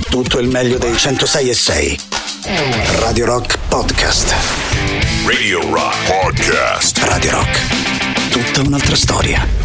tutto il meglio dei 106.6. Radio Rock Podcast. Radio Rock Podcast. Radio Rock. Tutta un'altra storia.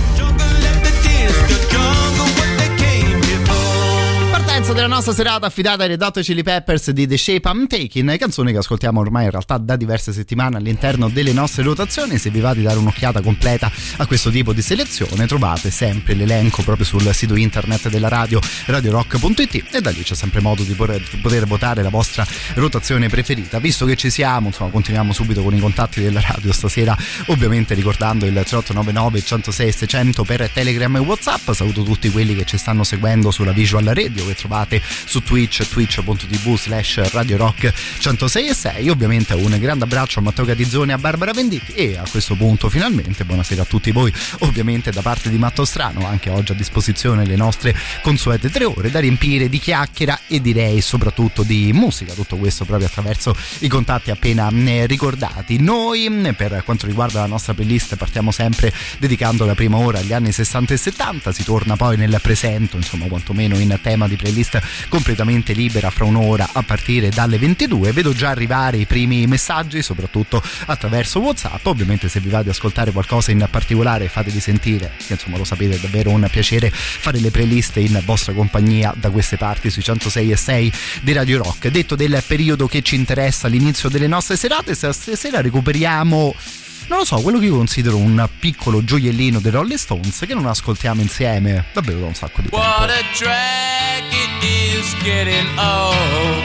Della nostra serata affidata ai Red Hot Chili Peppers di The Shape I'm Taking, canzone che ascoltiamo ormai in realtà da diverse settimane all'interno delle nostre rotazioni. Se vi va di dare un'occhiata completa a questo tipo di selezione, trovate sempre l'elenco proprio sul sito internet della radio, radiorock.it, e da lì c'è sempre modo di poter votare la vostra rotazione preferita. Visto che ci siamo, insomma, continuiamo subito con i contatti della radio stasera, ovviamente ricordando il 3899 106 600 per Telegram e WhatsApp. Saluto tutti quelli che ci stanno seguendo sulla Visual Radio, che trovate su Twitch, twitch.tv/Radio Rock 106.6. Ovviamente un grande abbraccio a Matteo Catizzone e a Barbara Venditti, e a questo punto finalmente buonasera a tutti voi, ovviamente da parte di Matto Strano. Anche oggi a disposizione le nostre consuete 3 ore da riempire di chiacchiera e direi soprattutto di musica, tutto questo proprio attraverso i contatti appena ricordati. Noi, per quanto riguarda la nostra playlist, partiamo sempre dedicando la prima ora agli anni 60 e 70, si torna poi nel presente, insomma quantomeno in tema di playlist completamente libera fra un'ora a partire dalle 22. Vedo già arrivare i primi messaggi, soprattutto attraverso WhatsApp. Ovviamente se vi va di ascoltare qualcosa in particolare fatevi sentire, che insomma lo sapete, è davvero un piacere fare le playlist in vostra compagnia da queste parti sui 106.6 di Radio Rock. Detto del periodo che ci interessa all'inizio delle nostre serate, stasera recuperiamo, non lo so, quello che io considero un piccolo gioiellino dei Rolling Stones che non ascoltiamo insieme davvero da un sacco di tempo. What a drag it is getting old.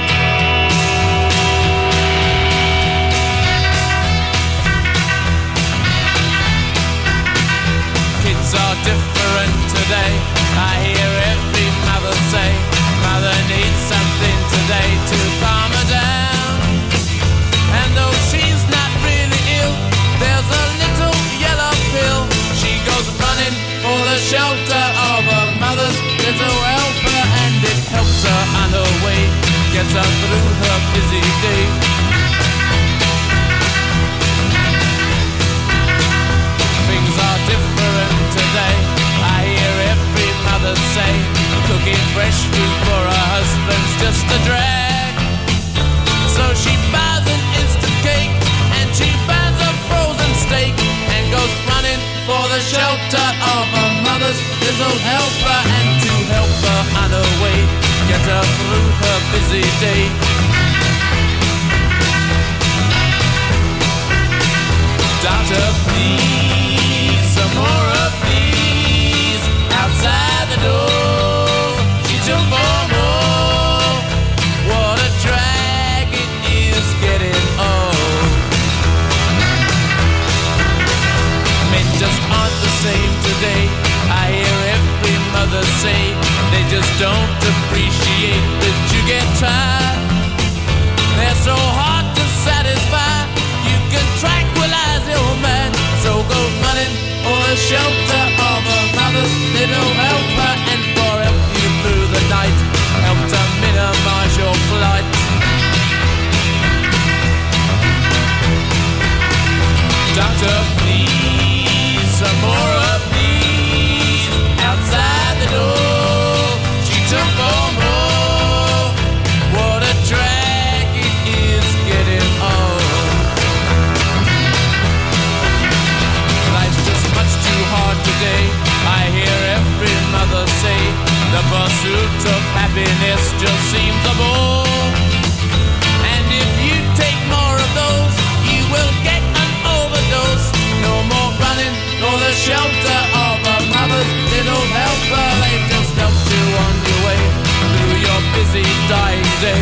Kids are different today. I hear every mother say, mother needs something today to calm her down. And though she's not really ill, there's a little yellow pill. She goes running for the shelter of her mother's little helper, and it helps her on her way, gets her through her busy day. Things are different today. I hear every mother say, cooking fresh food for her husband's just a drag. So she buys an instant cake and she buys a frozen steak and goes running for the shelter of her mother's little helper, and to help her on her way, get her through her busy day. Doctor, please, some more of these outside the door. She took for more. What a drag it is getting old. Men just aren't the same today. I hear every mother say they just don't appreciate that you get tired. They're so hard to satisfy. You can tranquilize your man, so go running for the shelter of a mother's little helper, and for help you through the night, help to minimize your flight. Doctor, please, some more of these outside the door. She took for more. What a drag it is getting old. Life's just much too hard today. I hear every mother say the pursuit of happiness just seems a bore. And if you take more of those, you will get an overdose. No more running for the shelter of a mother's little helper. They just helped you on your way through your busy dying day.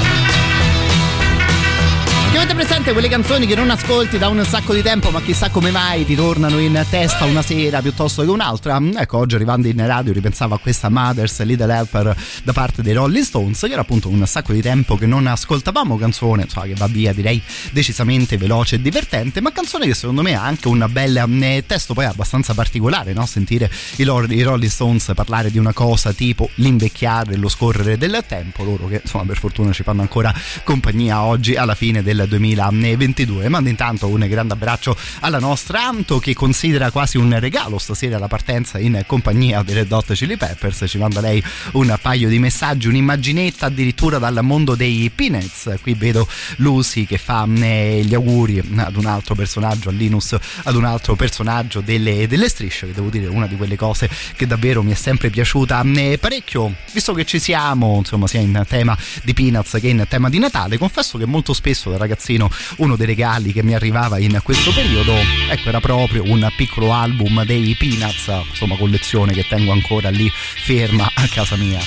Che avete presente quelle canzoni che non ascolti da un sacco di tempo, ma chissà come mai ti tornano in testa una sera piuttosto che un'altra? Ecco, oggi arrivando in radio ripensavo a questa Mother's Little Helper da parte dei Rolling Stones, che era appunto un sacco di tempo che non ascoltavamo. Canzone, insomma, che va via, direi decisamente veloce e divertente, ma canzone che secondo me ha anche un bel testo poi abbastanza particolare, no? Sentire i Rolling Stones parlare di una cosa tipo l'invecchiare e lo scorrere del tempo, loro che insomma per fortuna ci fanno ancora compagnia oggi alla fine del del 2022. Mando intanto un grande abbraccio alla nostra Anto, che considera quasi un regalo stasera la partenza in compagnia delle Red Hot Chili Peppers. Ci manda lei un paio di messaggi, un'immaginetta addirittura dal mondo dei Peanuts. Qui vedo Lucy che fa gli auguri ad un altro personaggio, a Linus, ad un altro personaggio delle Strisce, che devo dire è una di quelle cose che davvero mi è sempre piaciuta parecchio. Visto che ci siamo, insomma, sia in tema di Peanuts che in tema di Natale, confesso che molto spesso da ragazzino uno dei regali che mi arrivava in questo periodo, ecco, era proprio un piccolo album dei Peanuts, insomma collezione che tengo ancora lì ferma a casa mia.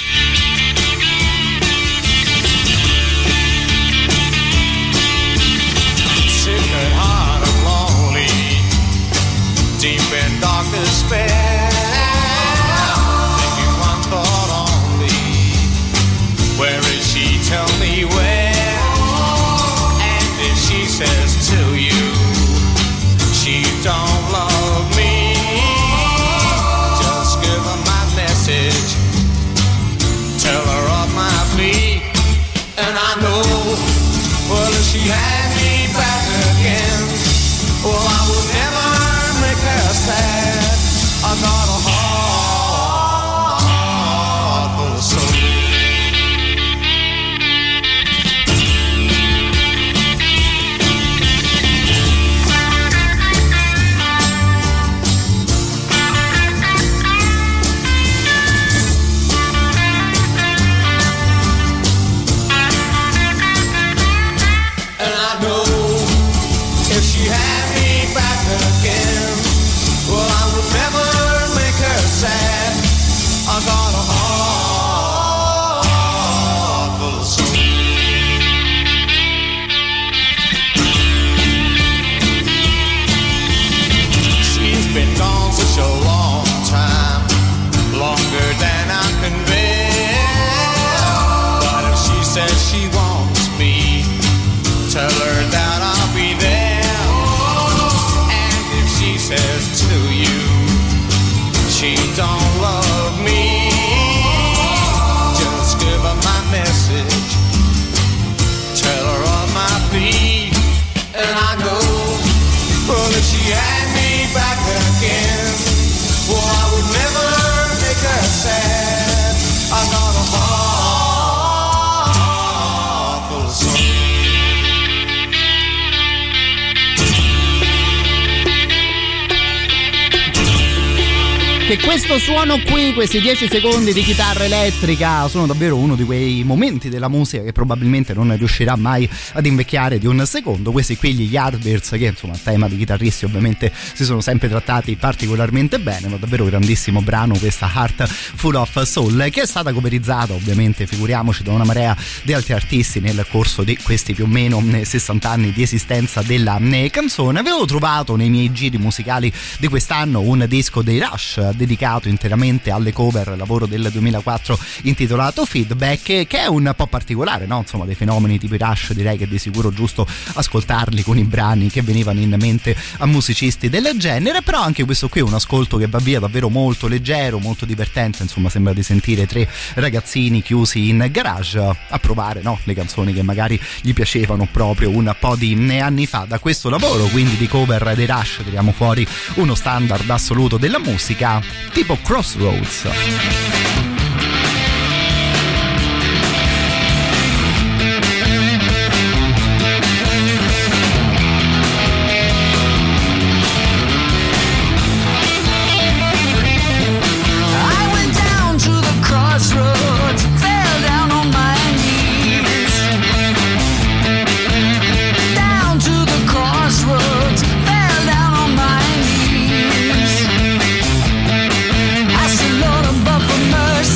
Deep in dark despair, thinking one thought only, where is she, tell me where, and if she says to you, she don't love me, just give her my message, tell her of my plea, and I know, well if she had me back again, well I would never sad. I got a heart full of soul. And I know if she had me back again, well, I would never make her sad. I got a heart full of soul. She's been gone such a long time, longer than I can bear. But if she says she wants me, tell her that I'll be there. She says to you, she don't love me, just give her my message, tell her of my plea, and I know, well if she had me back again, well I would never make her sad. I got a heart full of soul. Che questo suono qui, questi 10 secondi di chitarra elettrica, sono davvero uno di quei momenti della musica che probabilmente non riuscirà mai ad invecchiare di un secondo. Questi qui gli Yardbirds, che insomma a tema di chitarristi ovviamente si sono sempre trattati particolarmente bene, ma davvero grandissimo brano questa Heart Full of Soul, che è stata coverizzata ovviamente, figuriamoci, da una marea di altri artisti nel corso di questi più o meno 60 anni di esistenza della canzone. Avevo trovato nei miei giri musicali di quest'anno un disco dei Rush dedicato interamente alle cover, lavoro del 2004 intitolato Feedback, che è un po' particolare, no? Insomma, dei fenomeni tipo i Rush direi che è di sicuro giusto ascoltarli con i brani che venivano in mente a musicisti del genere, però anche questo qui è un ascolto che va via davvero molto leggero, molto divertente, insomma sembra di sentire tre ragazzini chiusi in garage a provare, no? Le canzoni che magari gli piacevano proprio un po' di anni fa. Da questo lavoro quindi di cover dei Rush tiriamo fuori uno standard assoluto della musica tipo Crossroads. Mercy.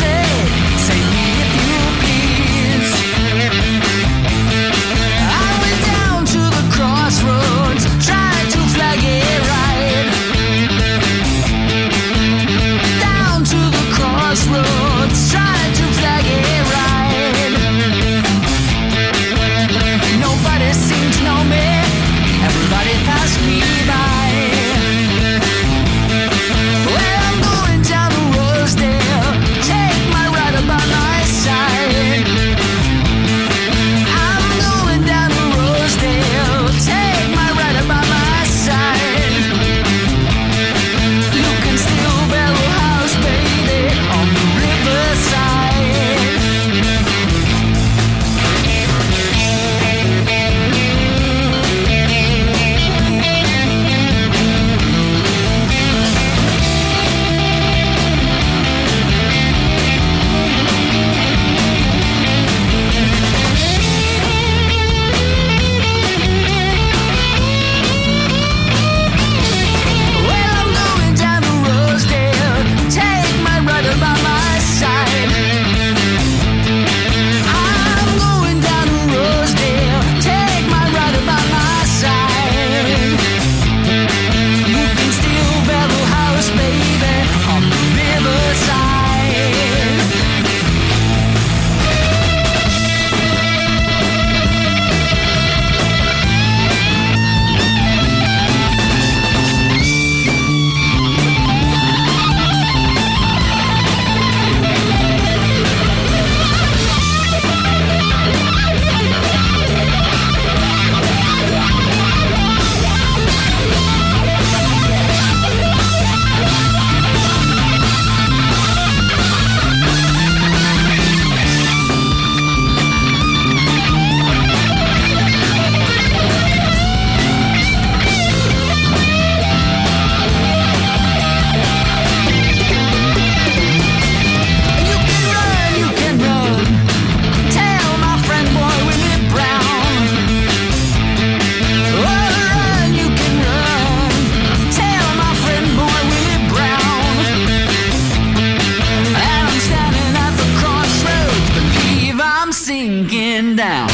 sinking down.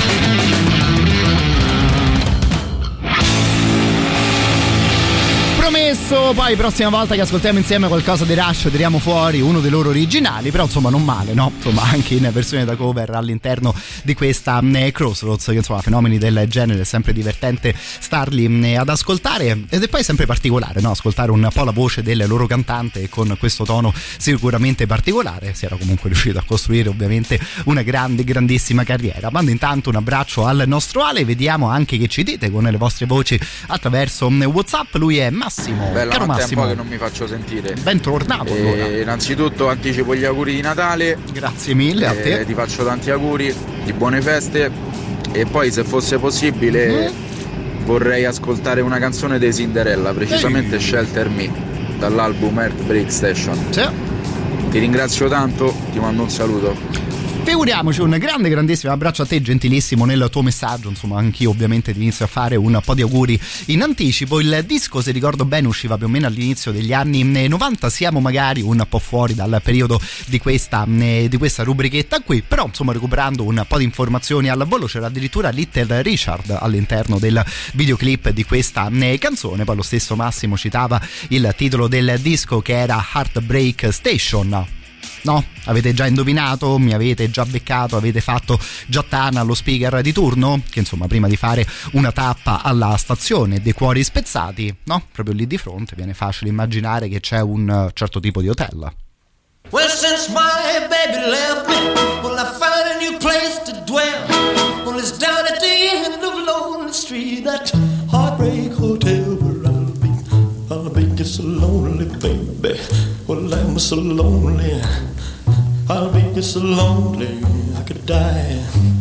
Promesso, poi prossima volta che ascoltiamo insieme qualcosa di Rush tiriamo fuori uno dei loro originali, però insomma non male, no? Insomma anche in versione da cover all'interno di questa Crossroads, che insomma fenomeni del genere è sempre divertente starli ad ascoltare, ed è poi sempre particolare, no? Ascoltare un po' la voce del loro cantante con questo tono sicuramente particolare. Si era comunque riuscito a costruire ovviamente una grandissima carriera. Mando intanto un abbraccio al nostro Ale, vediamo anche che ci dite con le vostre voci attraverso WhatsApp. Lui è Massimo. Bella, caro Massimo, che non mi faccio sentire. Bentornato. Allora. Innanzitutto anticipo gli auguri di Natale. Grazie mille a te. Ti faccio tanti auguri di buone feste, e poi se fosse possibile vorrei ascoltare una canzone di Cinderella, precisamente Shelter Me, dall'album Heartbreak Station. Sì. Ti ringrazio tanto, ti mando un saluto. Figuriamoci, un grandissimo abbraccio a te, gentilissimo nel tuo messaggio. Insomma, anch'io ovviamente ti inizio a fare un po' di auguri in anticipo. Il disco, se ricordo bene, usciva più o meno all'inizio degli anni 90. Siamo magari un po' fuori dal periodo di questa rubrichetta qui, però insomma, recuperando un po' di informazioni al volo, c'era addirittura Little Richard all'interno del videoclip di questa canzone. Poi lo stesso Massimo citava il titolo del disco, che era Heartbreak Station. No? Avete già indovinato? Mi avete già beccato? Avete fatto già tana allo speaker di turno? Che insomma, prima di fare una tappa alla stazione dei Cuori Spezzati, no? Proprio lì di fronte viene facile immaginare che c'è un certo tipo di hotel. Well, since my baby left me, well, I found a new place to dwell. Well, it's down at the end of Lonely Street, that Heartbreak Hotel where I'll be just so lonely, baby. Well, I'm so lonely, I'll be just so lonely, I could die.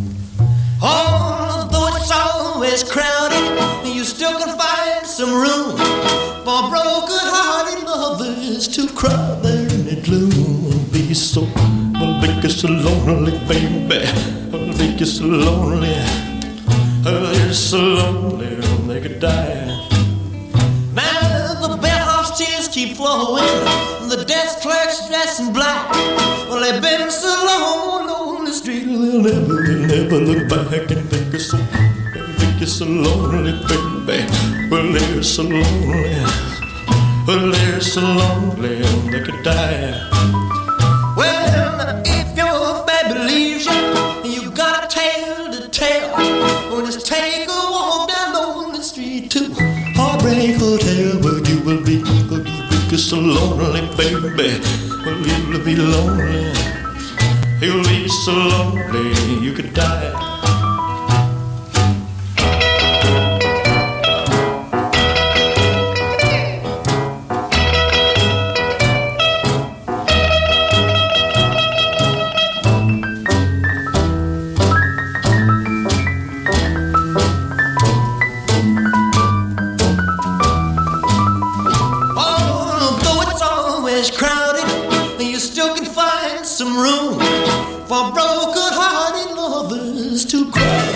Although it's always crowded, you still can find some room for broken-hearted lovers to cry there in the gloom. Be so, I'll be just so lonely, baby. I'll be just so lonely, I'll be just so lonely, they could die. Now the bellhop's tears keep flowing, the desk clerk's dressed in black. Well, they've been so long on the street, they'll never look back and think it's so lonely, baby. Well, they're so lonely, well, they're so lonely, they could die. Well, if your baby leaves you, you got a tale to tell. Well, just take a walk down Lonely Street to Heartbreak Hotel, where you will be so lonely, baby. Well, you'll be lonely, you'll be so lonely, you could die. Some room for broken-hearted lovers to cry.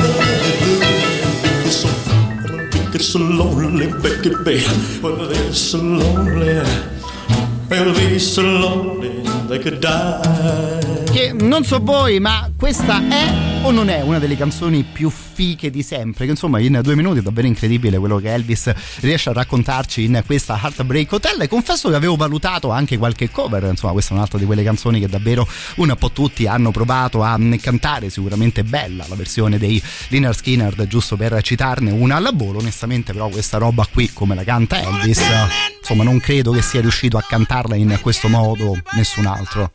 They're so lonely, baby. Well, they're so lonely. They'll be so lonely they could die. Che non so voi, ma questa è o non è una delle canzoni più fiche di sempre? Che insomma, in 2 minuti è davvero incredibile quello che Elvis riesce a raccontarci in questa Heartbreak Hotel. E confesso che avevo valutato anche qualche cover. Insomma, questa è un'altra di quelle canzoni che davvero un po' tutti hanno provato a cantare. Sicuramente bella la versione dei Lynyrd Skynyrd, giusto per citarne una alla volo. Onestamente però questa roba qui, come la canta Elvis, insomma non credo che sia riuscito a cantarla in questo modo nessun altro.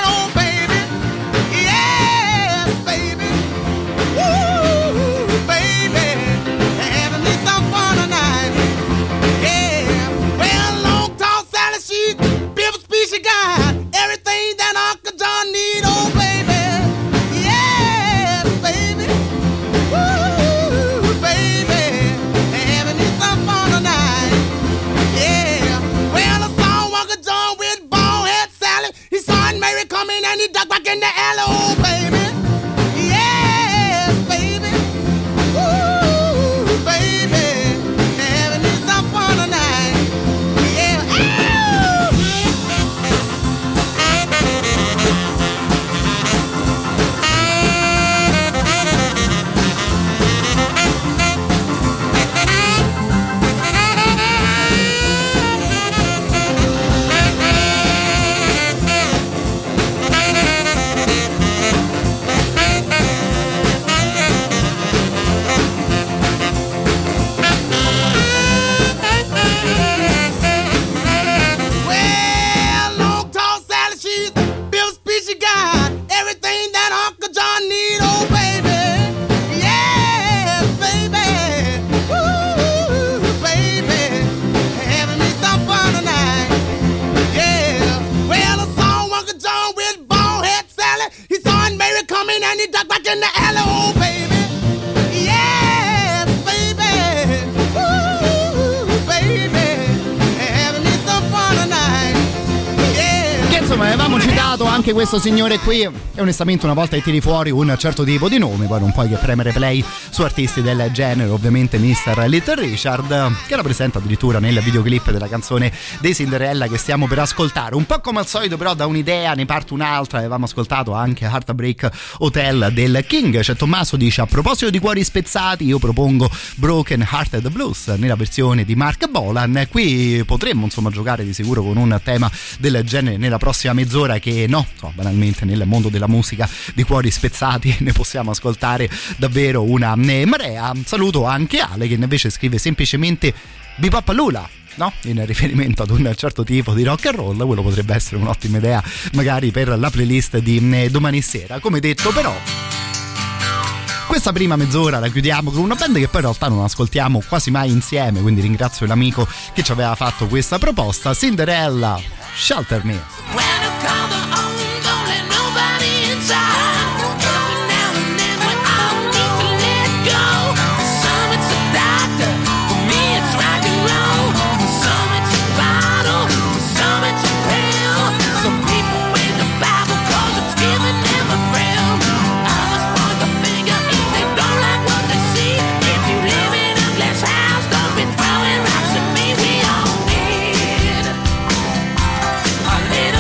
She got everything that Uncle John need, oh baby, yes, baby, woo, baby, having me some fun tonight, yeah. Well, I saw Uncle John with bald head Sally. He saw Aunt Mary coming and he rocking the L.O., baby. Yes, baby. Ooh, baby. Having me some fun tonight. Yeah. Che insomma avevamo citato anche questo signore qui e onestamente una volta che tiri fuori un certo tipo di nome poi non puoi che premere play su artisti del genere, ovviamente Mr. Little Richard, che era presente addirittura nel videoclip della canzone dei Cinderella che stiamo per ascoltare. Un po' come al solito però da un'idea ne parte un'altra. Avevamo ascoltato anche Heartbreak Hotel del King. C'è Tommaso dice: a proposito di cuori spezzati io propongo Broken Hearted Blues nella versione di Mark Bolan. Qui potremmo insomma giocare di sicuro con un tema del genere nella prossima mezz'ora, che no, so, banalmente nel mondo della musica di cuori spezzati ne possiamo ascoltare davvero una marea. Saluto anche Ale che invece scrive semplicemente Bebop Lula, no? In riferimento ad un certo tipo di rock and roll. Quello potrebbe essere un'ottima idea magari per la playlist di domani sera. Come detto però, questa prima mezz'ora la chiudiamo con una band che poi in realtà non ascoltiamo quasi mai insieme, quindi ringrazio l'amico che ci aveva fatto questa proposta. Cinderella, Shelter Me. A little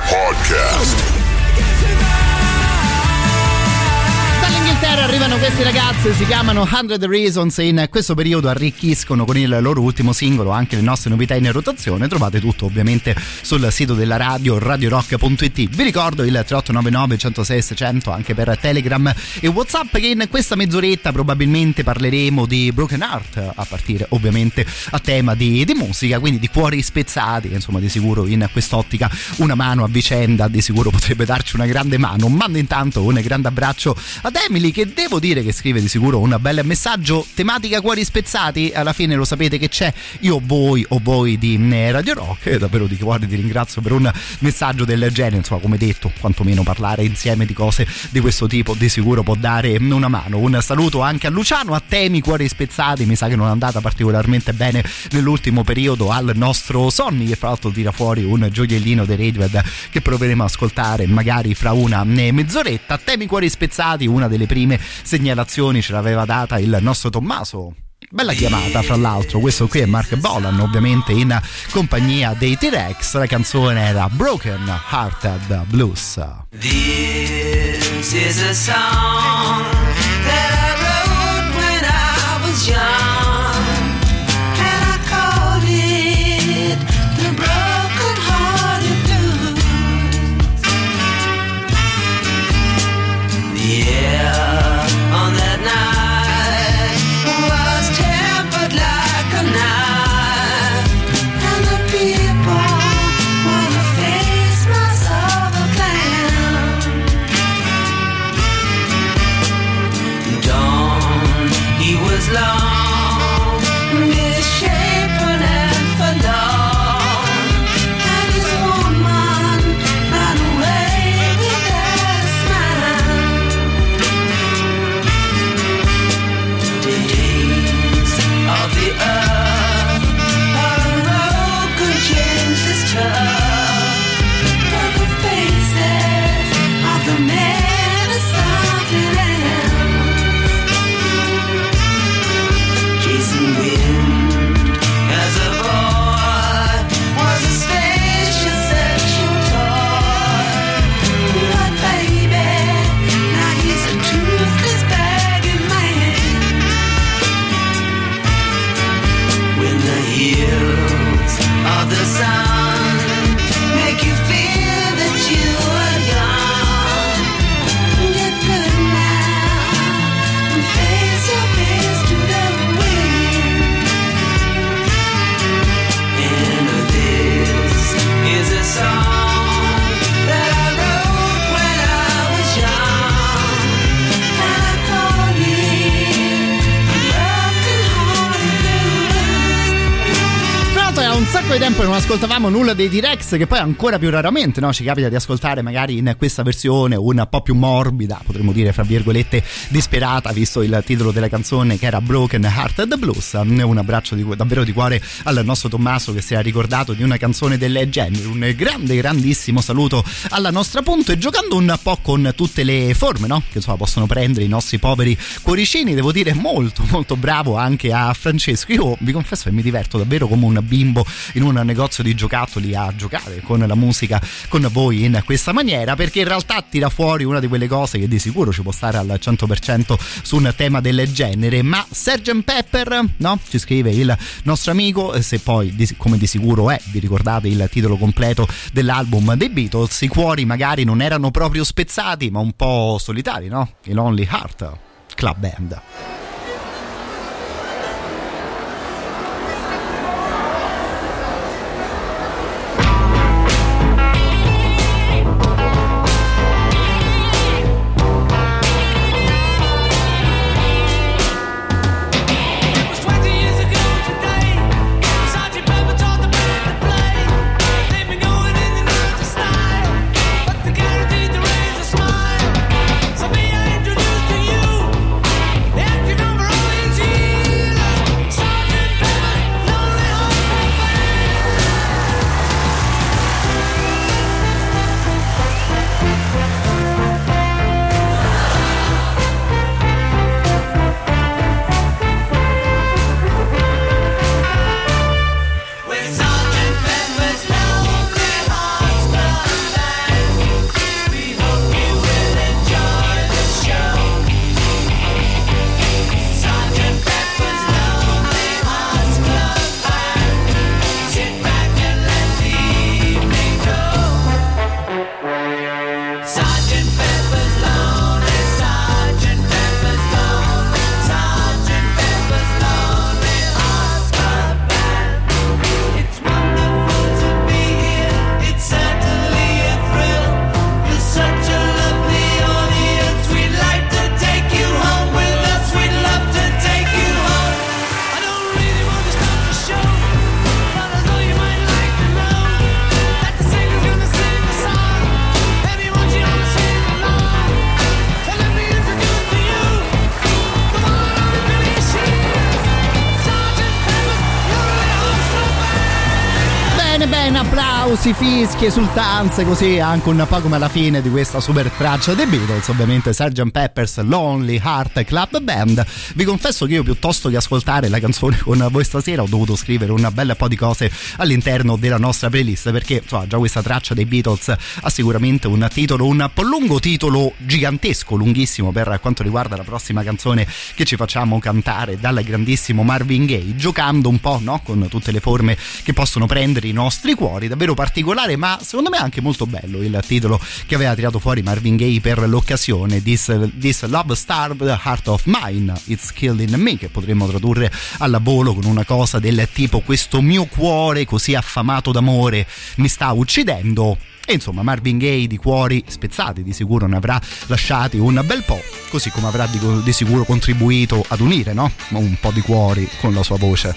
Podcast. Dall'Inghilterra arrivano questi ragazzi, si chiamano 100 Reasons e in questo periodo arricchiscono con il loro ultimo singolo anche le nostre novità in rotazione. Trovate tutto ovviamente sul sito della radio, radiorock.it. Vi ricordo il 3899 106 600 anche per Telegram e WhatsApp, che in questa mezz'oretta probabilmente parleremo di Broken Heart, a partire ovviamente a tema di musica, quindi di cuori spezzati. Insomma, di sicuro in quest'ottica una mano a vicenda di sicuro potrebbe darci una grande mano. Mando intanto un grande abbraccio ad Emily, che devo dire che scrive di sicuro un bel messaggio. Tematica cuori spezzati, alla fine lo sapete che c'è, io o voi di Radio Rock, davvero di cuore ti ringrazio per un messaggio del genere. Insomma, come detto, quantomeno parlare insieme di cose di questo tipo di sicuro può dare una mano. Un saluto anche a Luciano. A temi cuori spezzati mi sa che non è andata particolarmente bene nell'ultimo periodo al nostro Sonny, che fra l'altro tira fuori un gioiellino dei Radiohead che proveremo a ascoltare magari fra una mezz'oretta. A temi cuori spezzati, una delle prime segnalazioni ce l'aveva data il nostro Tommaso. Bella chiamata, fra l'altro. Questo qui è Mark Bolan, ovviamente in compagnia dei T-Rex. La canzone era Broken Hearted Blues. This is a song that I wrote when I was young, and I called it the Broken Hearted Blues. The air on that night was tempered like a knife, and the people were the face mask of a clown. Dawn, he was long, misshapen and forlorn, and his woman ran away with that smile. Days of the earth are unbroken, changeless tough, but the faces of the men are something else. Jason Wind, as a boy, was a spacious sexual toy, but baby, now he's a toothless begging man. When the hills of the sun make you feel that you are young, get good now and face your face to the wind. And this is a song that I wrote when I was young, and I called it the Broken Hearted Blues. Tra l'altro è un sacco di tempo che non ascoltavamo nulla dei T-Rex, che poi ancora più raramente, no, ci capita di ascoltare magari in questa versione un po' più morbida, potremmo dire fra virgolette disperata, visto il titolo della canzone che era Broken Hearted Blues. Un abbraccio davvero di cuore al nostro Tommaso, che si era ricordato di una canzone del genere. Un grandissimo saluto alla nostra Punto. E giocando un po' con tutte le forme, no, che insomma possono prendere i nostri poveri cuoricini, devo dire molto bravo anche a Francesco. Io vi confesso che mi diverto davvero come un bimbo in un negozio di giocattoli a giocare con la musica con voi in questa maniera, perché in realtà tira fuori una di quelle cose che di sicuro ci può stare al 100% su un tema del genere. Ma Sgt. Pepper, no? Ci scrive il nostro amico. Se poi come di sicuro è, vi ricordate il titolo completo dell'album dei Beatles, i cuori magari non erano proprio spezzati ma un po' solitari, no? I Lonely Heart Club Band. If you Bene, applausi, fischi, esultanze, così anche un po' come alla fine di questa super traccia dei Beatles, ovviamente Sgt. Pepper's Lonely Heart Club Band. Vi confesso che io, piuttosto che ascoltare la canzone con voi stasera, ho dovuto scrivere un bel po' di cose all'interno della nostra playlist, perché insomma già questa traccia dei Beatles ha sicuramente un titolo un po' lungo, titolo gigantesco, lunghissimo per quanto riguarda la prossima canzone che ci facciamo cantare dal grandissimo Marvin Gaye, giocando un po', no, con tutte le forme che possono prendere i nostri cuori. Davvero particolare, ma secondo me anche molto bello il titolo che aveva tirato fuori Marvin Gaye per l'occasione, This Love Starved Heart of Mine, It's Killing Me, che potremmo tradurre alla volo con una cosa del tipo: questo mio cuore così affamato d'amore mi sta uccidendo. E insomma, Marvin Gaye di cuori spezzati di sicuro ne avrà lasciati un bel po', così come avrà di sicuro contribuito ad unire, no, un po' di cuori con la sua voce.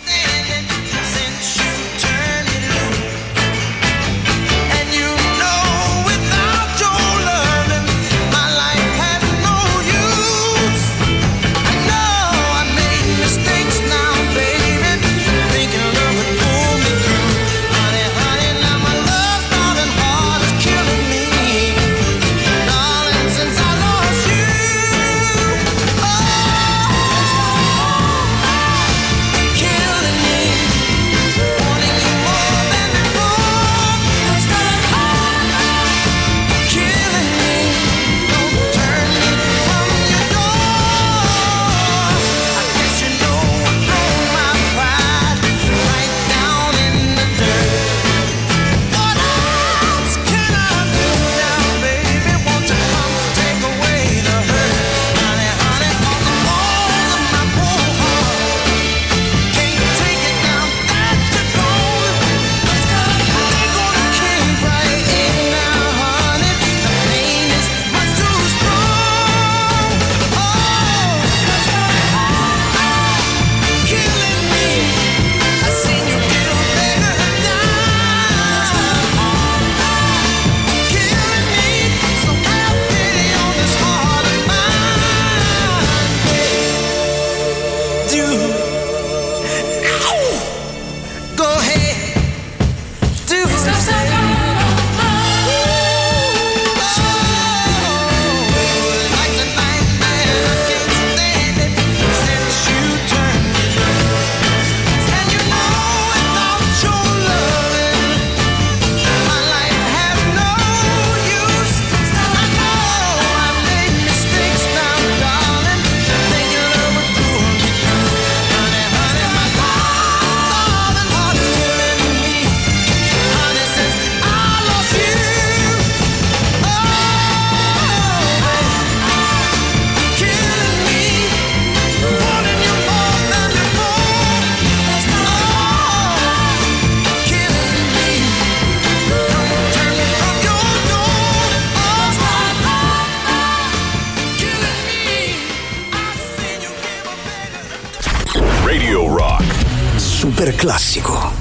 Super classico.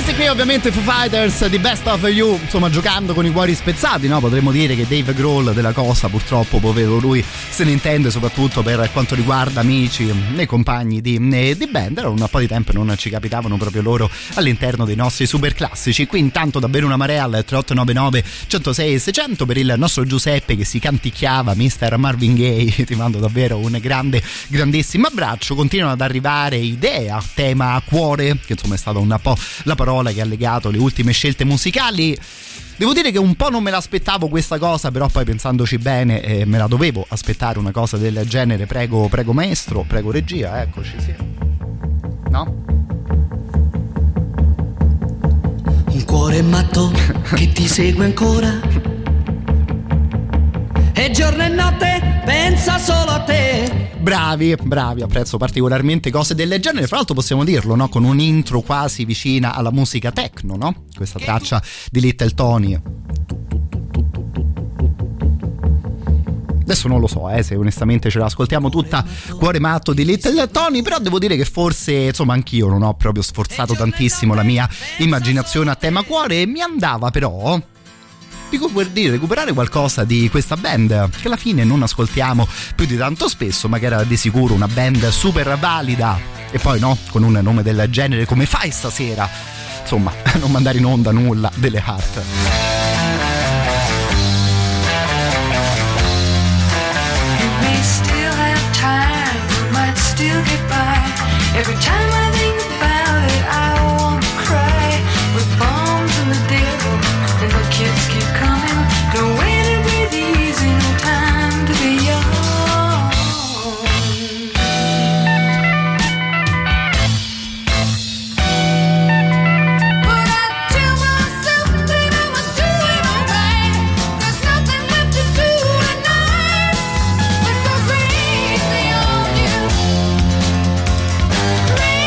Questi qui ovviamente Foo Fighters di Best of You, insomma giocando con i cuori spezzati, no? Potremmo dire che Dave Grohl della cosa purtroppo, povero lui, se ne intende soprattutto per quanto riguarda amici e compagni di band. Era un po' di tempo non ci capitavano proprio loro all'interno dei nostri super classici. Qui intanto davvero una marea al 3899 106 e 600 per il nostro Giuseppe che si canticchiava Mr. Marvin Gaye. Ti mando davvero un grandissimo abbraccio. Continuano ad arrivare idee a tema cuore, che insomma è stata un po' la parola che ha legato le ultime scelte musicali. Devo dire che un po' non me l'aspettavo questa cosa, però poi pensandoci bene me la dovevo aspettare una cosa del genere. Prego maestro, prego regia, eccoci, sì. No? Un cuore matto che ti segue ancora e giorno e notte pensa solo a te. Bravi, apprezzo particolarmente cose del genere. Fra l'altro possiamo dirlo, no? Con un intro quasi vicina alla musica techno, no? Questa traccia di Little Tony. Adesso non lo so, se onestamente ce l'ascoltiamo tutta cuore matto di Little Tony, però devo dire che forse, insomma, anch'io non ho proprio sforzato tantissimo la mia immaginazione a tema cuore, e mi andava però di recuperare qualcosa di questa band che alla fine non ascoltiamo più di tanto spesso, ma che era di sicuro una band super valida. E poi no, con un nome del genere come fai stasera? Insomma, non mandare in onda nulla delle Heart. Still get by. Every time I think about it, I want to cry. With bombs and the devil, and the kids keep coming. No way to breathe easy, no time to be young. But I tell myself that I was doing alright. There's nothing left to do tonight. Let's go crazy on you. Crazy.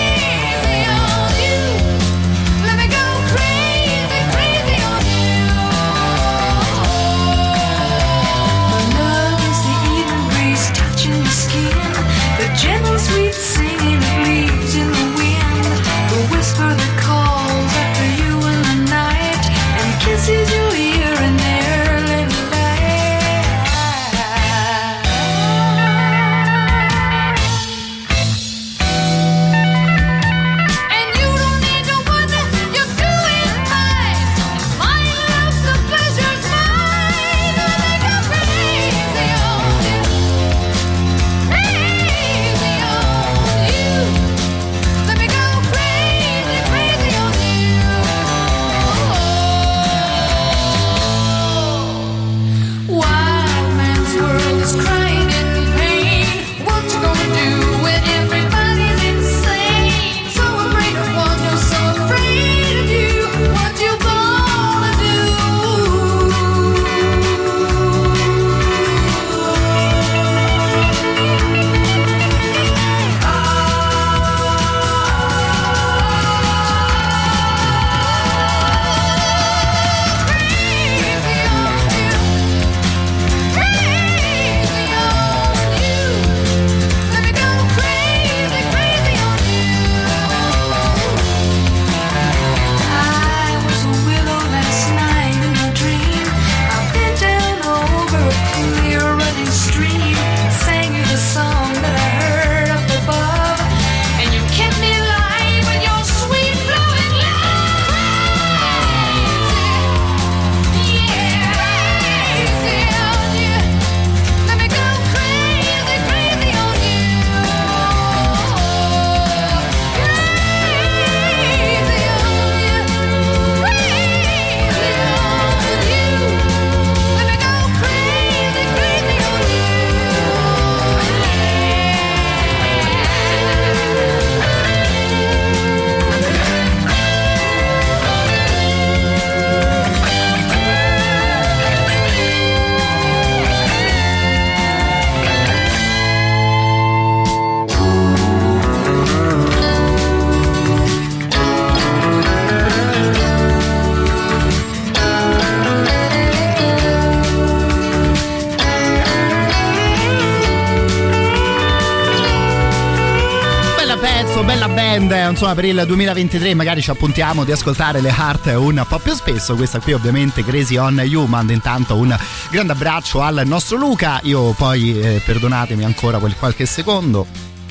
bella band, insomma, per il 2023 magari ci appuntiamo di ascoltare le Heart un po' più spesso. Questa qui ovviamente Crazy on You. Mando intanto un grande abbraccio al nostro Luca. Io poi perdonatemi ancora qualche secondo.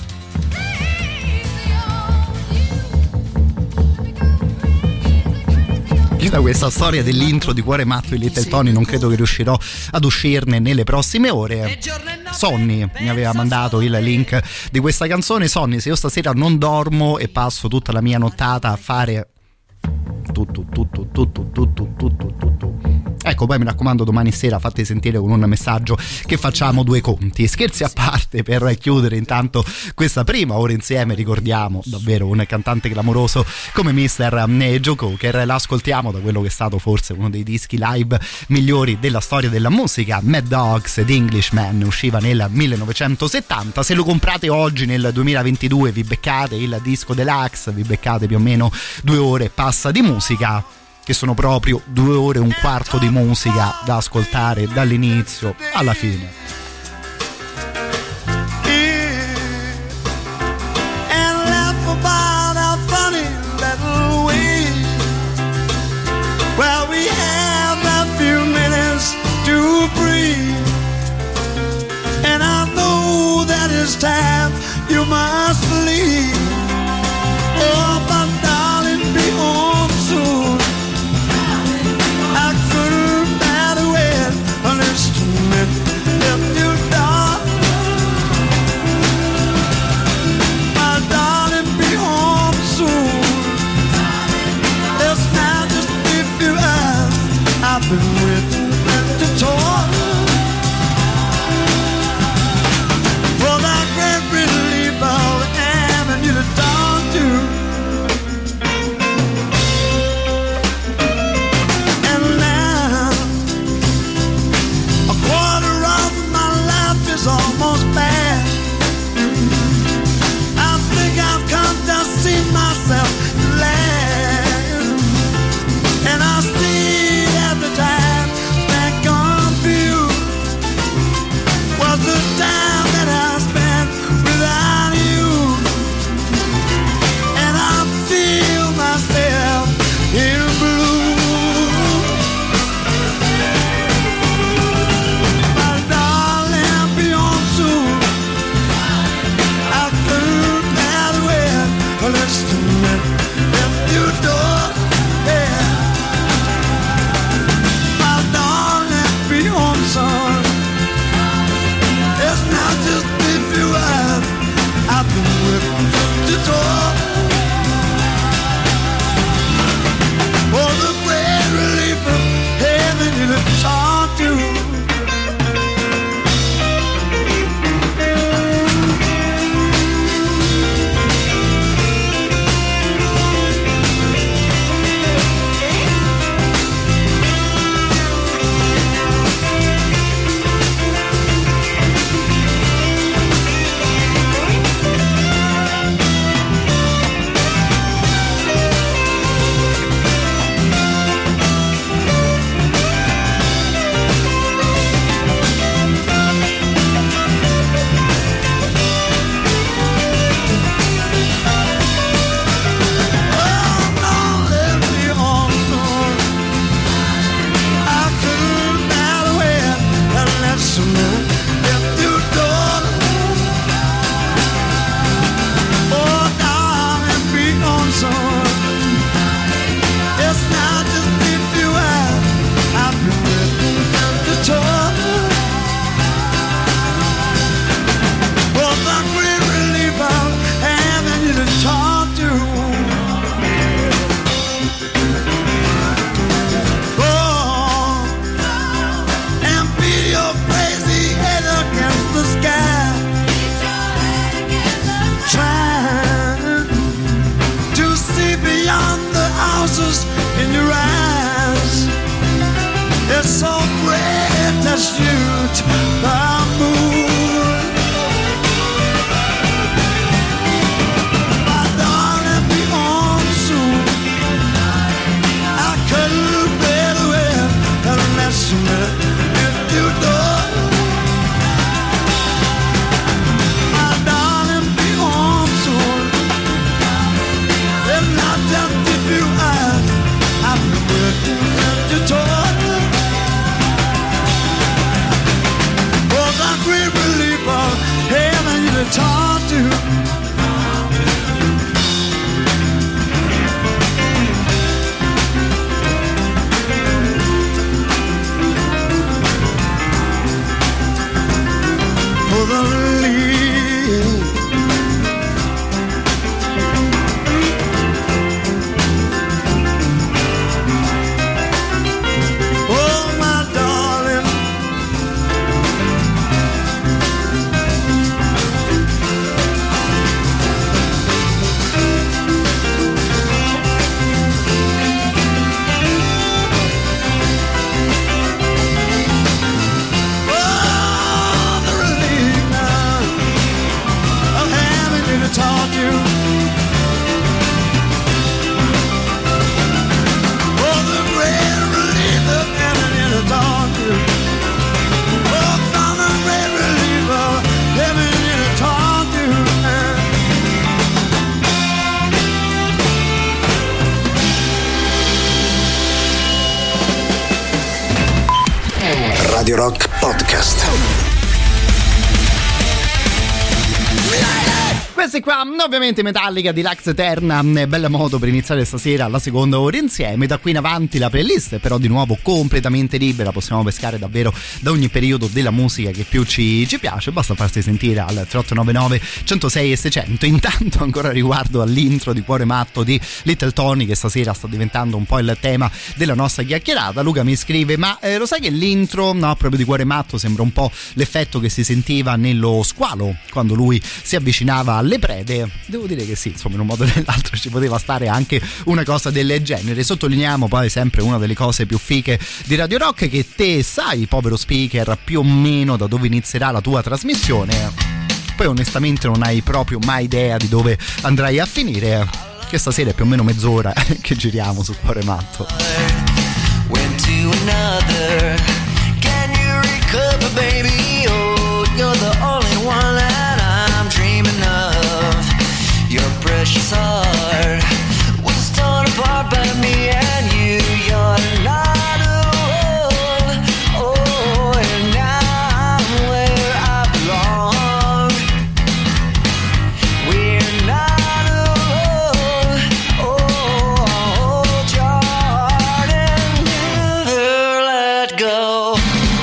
Da questa storia dell'intro di Cuore Matto di Little Tony non credo che riuscirò ad uscirne nelle prossime ore. Sonny mi aveva mandato il link di questa canzone. Sonny, se io stasera non dormo e passo tutta la mia nottata a fare tutto, ecco, poi mi raccomando domani sera fate sentire con un messaggio che facciamo due conti. Scherzi a parte, per chiudere intanto questa prima ora insieme ricordiamo davvero un cantante clamoroso come Mr. Joe Cocker. L'ascoltiamo da quello che è stato forse uno dei dischi live migliori della storia della musica, Mad Dogs The Englishman, usciva nel 1970. Se lo comprate oggi nel 2022 vi beccate il disco deluxe, vi beccate più o meno 2 ore e passa di musica, che sono proprio 2 ore e un quarto di musica da ascoltare dall'inizio alla fine. And laugh about our funny little ways. Well, we have a few minutes to breathe, and I know that it's time you must leave. Oh, but darling, be home soon. I couldn't bear to wait an instrument if you don't. My darling, be home soon. It's now just a few hours I've been waiting to talk. For the great relief of having you to talk to. Is almost bad. I think I've come to see myself last, and I see that the time spent confused was the time that I spent without you, and I feel myself in blue. If you don't, yeah, my darling, be home, son. It's not just if you have, I've been with to talk. For the great relief of having you to talk to. In your eyes, it's so great that you the moon. My darling, be home soon. I couldn't bear to wait unless you met if you don't. My darling, be home soon. Radio Rock Podcast. Questi qua, ovviamente Metallica di Lux Eterna, bella modo per iniziare stasera la seconda ora insieme. Da qui in avanti la playlist è però di nuovo completamente libera, possiamo pescare davvero da ogni periodo della musica che più ci piace, basta farsi sentire al 3899 106 e 600. Intanto ancora riguardo all'intro di Cuore Matto di Little Tony, che stasera sta diventando un po' il tema della nostra chiacchierata, Luca mi scrive: ma lo sai che l'intro, no, proprio di Cuore Matto sembra un po' l'effetto che si sentiva nello squalo quando lui si avvicinava alle prede? Devo dire che sì, insomma, in un modo o nell'altro ci poteva stare anche una cosa del genere. Sottolineiamo poi sempre una delle cose più fiche di Radio Rock, che te sai, povero speaker, più o meno da dove inizierà la tua trasmissione, poi onestamente non hai proprio mai idea di dove andrai a finire, che stasera è più o meno mezz'ora che giriamo su Cuore Matto. Went to another. Can you recover, baby? Oh, you're the only one that I'm dreaming of. Your precious heart was torn apart by me and you. You're not alone. Oh, and now I'm where I belong. We're not alone. Oh, hold your heart and never let go.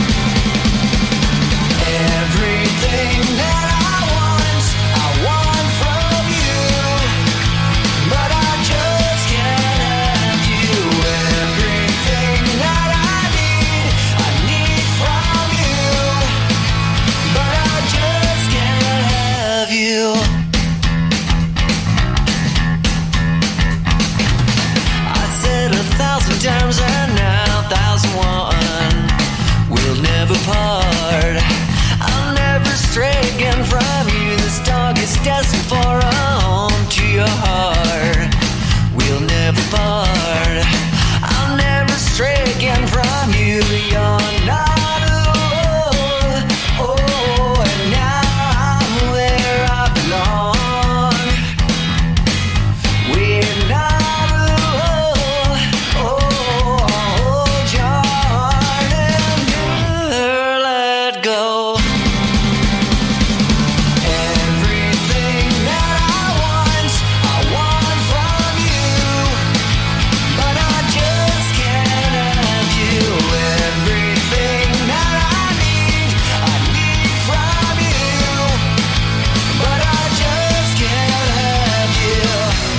Everything that I want from you, but I just can't have you. Everything that I need from you, but I just can't have you. I said 1,000 times and now 1,001. We'll never part. I'll never stray again from you. This dog is destined for a home to your heart. We'll never part. I'll never stray again from you. You're not alone. Oh, and now I'm where I belong. We're not alone. Oh, hold your heart and never let go. Everything that I want from you, but I just can't have you. Everything that I need from you, but I just can't have you.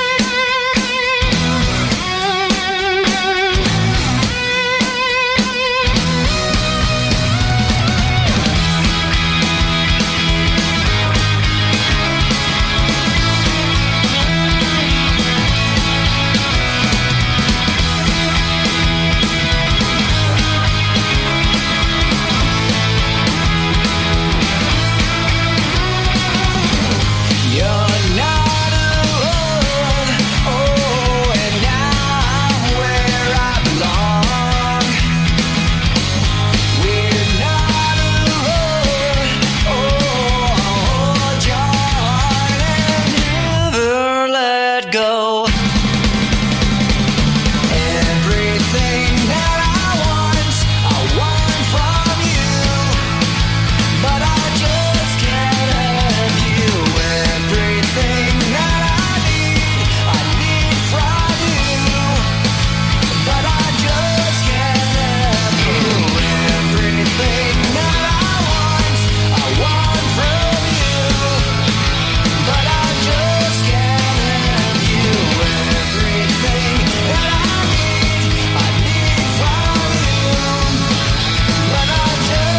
You're not alone. Oh, and now I'm where I belong. We're not alone. Oh, hold your heart and never let go. Everything that I want from you, but I just can't have you. Everything that I need from you, but I just can't have you. Everything that I want from you, but I just can't have you. Everything that I need from you, but I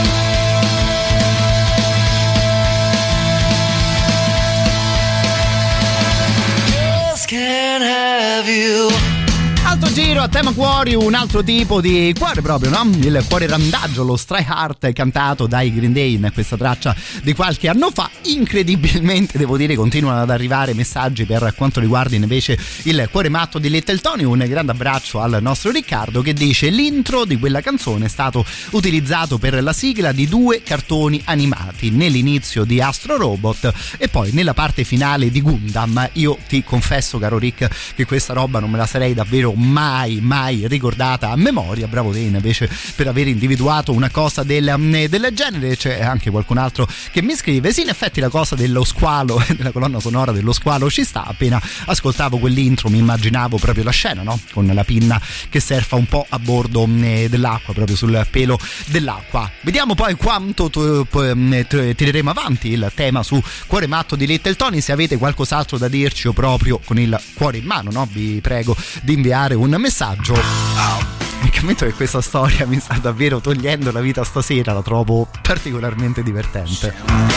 just can't have you. Altro giro a tema cuori, un altro tipo di cuore proprio, no? Il cuore randaggio, lo Stray Heart, cantato dai Green Day in questa traccia di qualche anno fa. Incredibilmente, devo dire, continuano ad arrivare messaggi per quanto riguarda invece il Cuore Matto di Little Tony. Un grande abbraccio al nostro Riccardo, che dice: l'intro di quella canzone è stato utilizzato per la sigla di 2 cartoni animati, nell'inizio di Astro Robot e poi nella parte finale di Gundam. Io ti confesso, caro Rick, che questa roba non me la sarei davvero mai ricordata a memoria. Bravo te invece per aver individuato una cosa del genere. C'è anche qualcun altro che mi scrive: sì, in effetti la cosa dello squalo, della colonna sonora dello squalo ci sta. Appena ascoltavo quell'intro mi immaginavo proprio la scena, no? Con la pinna che surfa un po' a bordo dell'acqua, proprio sul pelo dell'acqua. Vediamo poi quanto tireremo avanti il tema su Cuore matto di Little Tony. Se avete qualcos'altro da dirci o proprio con il cuore in mano, no? Vi prego di inviare un messaggio. Mi commento che questa storia mi sta davvero togliendo la vita stasera, la trovo particolarmente divertente.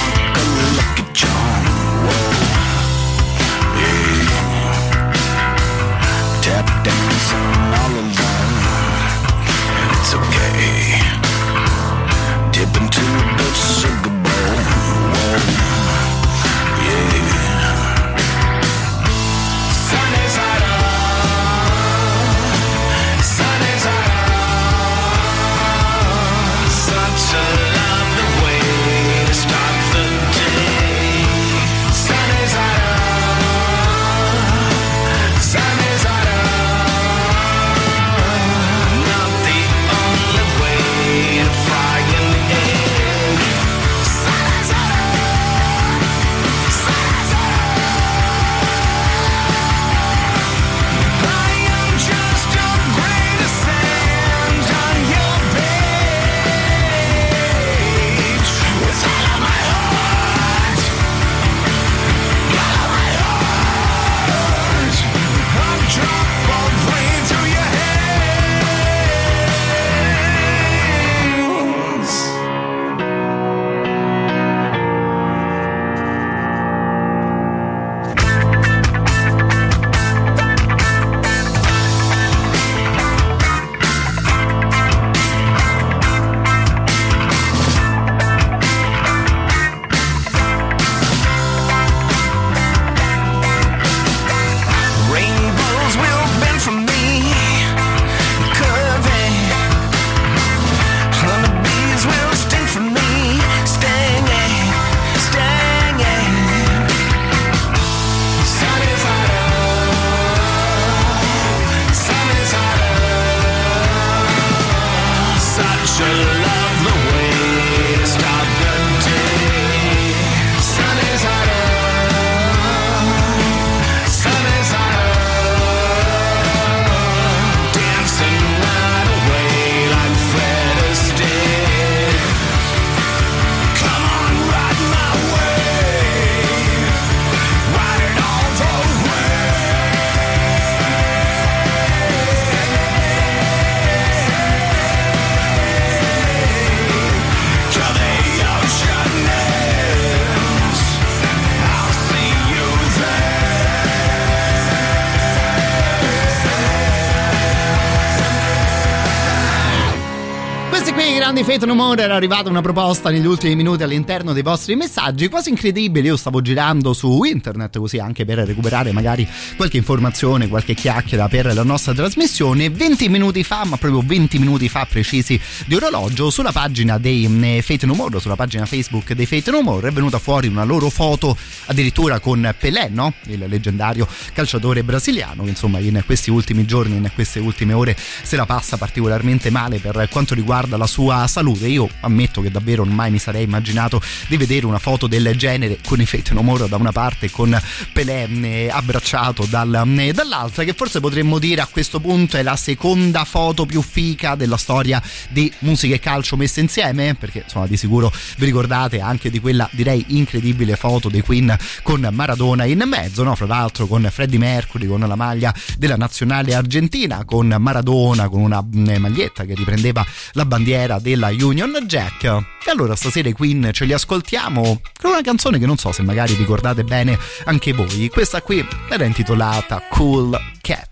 Grandi Fate No More, era arrivata una proposta negli ultimi minuti all'interno dei vostri messaggi, quasi incredibile. Io stavo girando su internet così anche per recuperare magari qualche informazione, qualche chiacchiera per la nostra trasmissione. 20 minuti fa, ma proprio 20 minuti fa precisi di orologio, sulla pagina dei Fate No More, sulla pagina Facebook dei Fate No More, è venuta fuori una loro foto addirittura con Pelé, no? Il leggendario calciatore brasiliano che insomma in questi ultimi giorni, in queste ultime ore se la passa particolarmente male per quanto riguarda la sua salute. Io ammetto che davvero non mai mi sarei immaginato di vedere una foto del genere con i Fate No More da una parte e con Pelé abbracciato dall'altra, che forse potremmo dire a questo punto è la seconda foto più fica della storia di musica e calcio messe insieme, perché insomma di sicuro vi ricordate anche di quella direi incredibile foto dei Queen con Maradona in mezzo, no? Fra l'altro con Freddie Mercury con la maglia della nazionale argentina, con Maradona con una maglietta che riprendeva la bandiera della Union Jack. E allora stasera i Queen ce li ascoltiamo con una canzone che non so se magari ricordate bene anche voi. Questa qui era intitolata Cool Cat.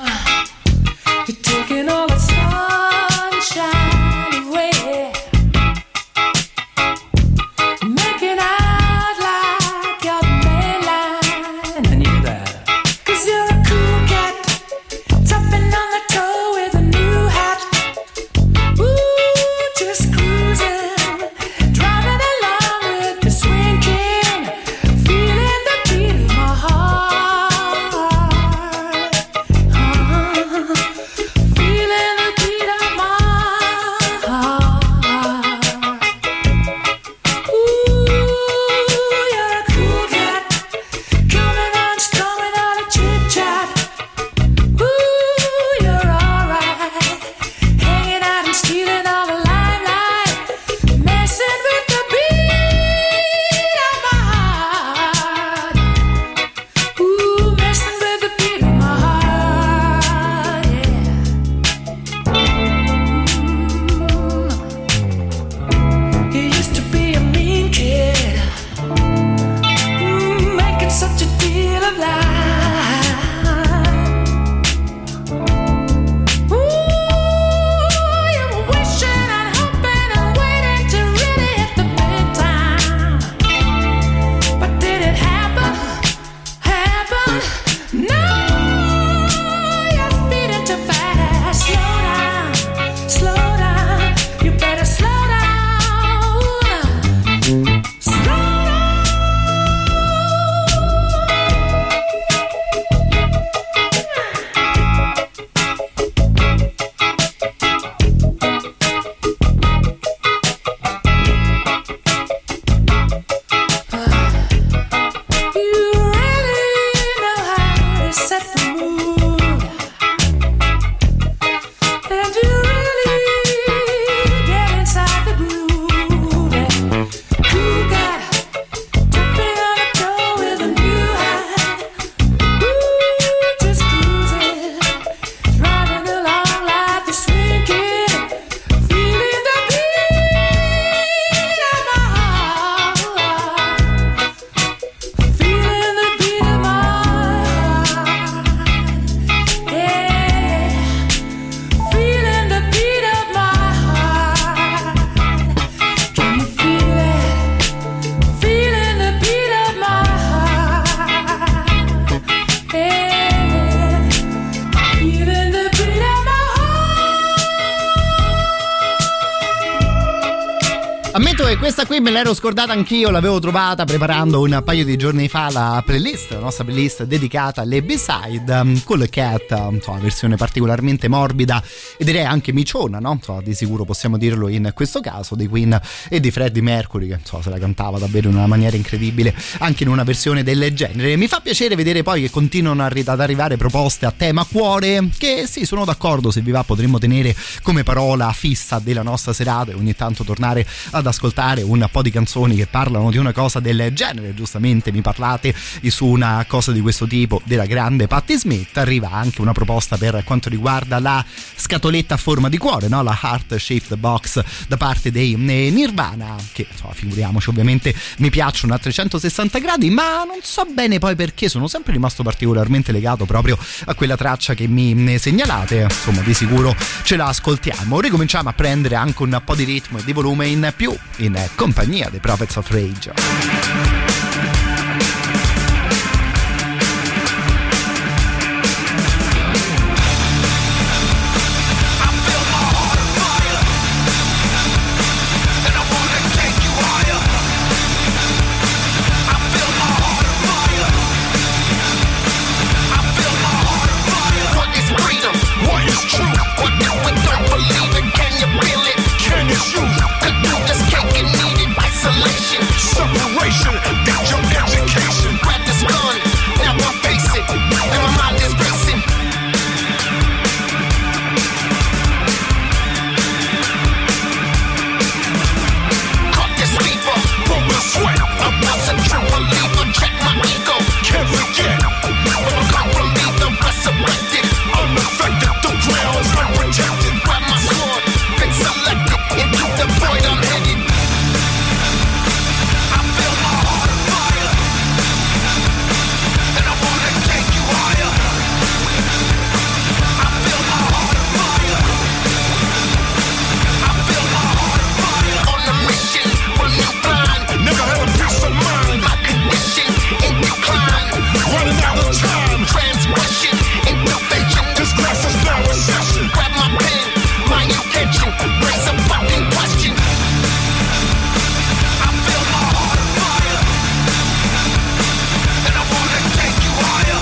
You're taking all the sunshine away, making out like you're the mainline. I knew that. 'Cause you're a cool cat, tapping on the toe with a new hat. Ooh, just cruising, driving along with the swing king, feeling the beat of my heart. Ammetto che questa qui me l'ero scordata anch'io, l'avevo trovata preparando un paio di giorni fa la nostra playlist dedicata alle B-side, Cool Cat, insomma, versione particolarmente morbida e direi anche miciona, no? Insomma, di sicuro possiamo dirlo in questo caso, di Queen e di Freddie Mercury, che insomma, se la cantava davvero in una maniera incredibile anche in una versione del genere. Mi fa piacere vedere poi che continuano ad arrivare proposte a tema cuore, che sì, sono d'accordo, se vi va potremmo tenere come parola fissa della nostra serata e ogni tanto tornare ad ascoltare un po' di canzoni che parlano di una cosa del genere. Giustamente mi parlate su una cosa di questo tipo della grande Patti Smith. Arriva anche una proposta per quanto riguarda la scatoletta a forma di cuore, no? La Heart Shaped Box da parte dei Nirvana, che insomma, figuriamoci, ovviamente mi piacciono a 360 gradi, ma non so bene poi perché sono sempre rimasto particolarmente legato proprio a quella traccia che mi segnalate. Insomma, di sicuro ce la ascoltiamo. Ricominciamo a prendere anche un po' di ritmo e di volume in più in compagnia dei Prophets of Rage. Separation, get your education. Grab this gun, now I face it, and my mind is racing. Cut this sleeper, broke the sweat. I'm not a true believer, check my ego. Can't forget, I'm completely the resurrected, unaffected, the ground is unprotected. Grab my sword, been selected, into the void I'm headed. Running out of time, transgression, intervention. This class is now in session. Grab my pen, my intention, raise a fucking question. I feel my heart on fire, and I wanna take you higher.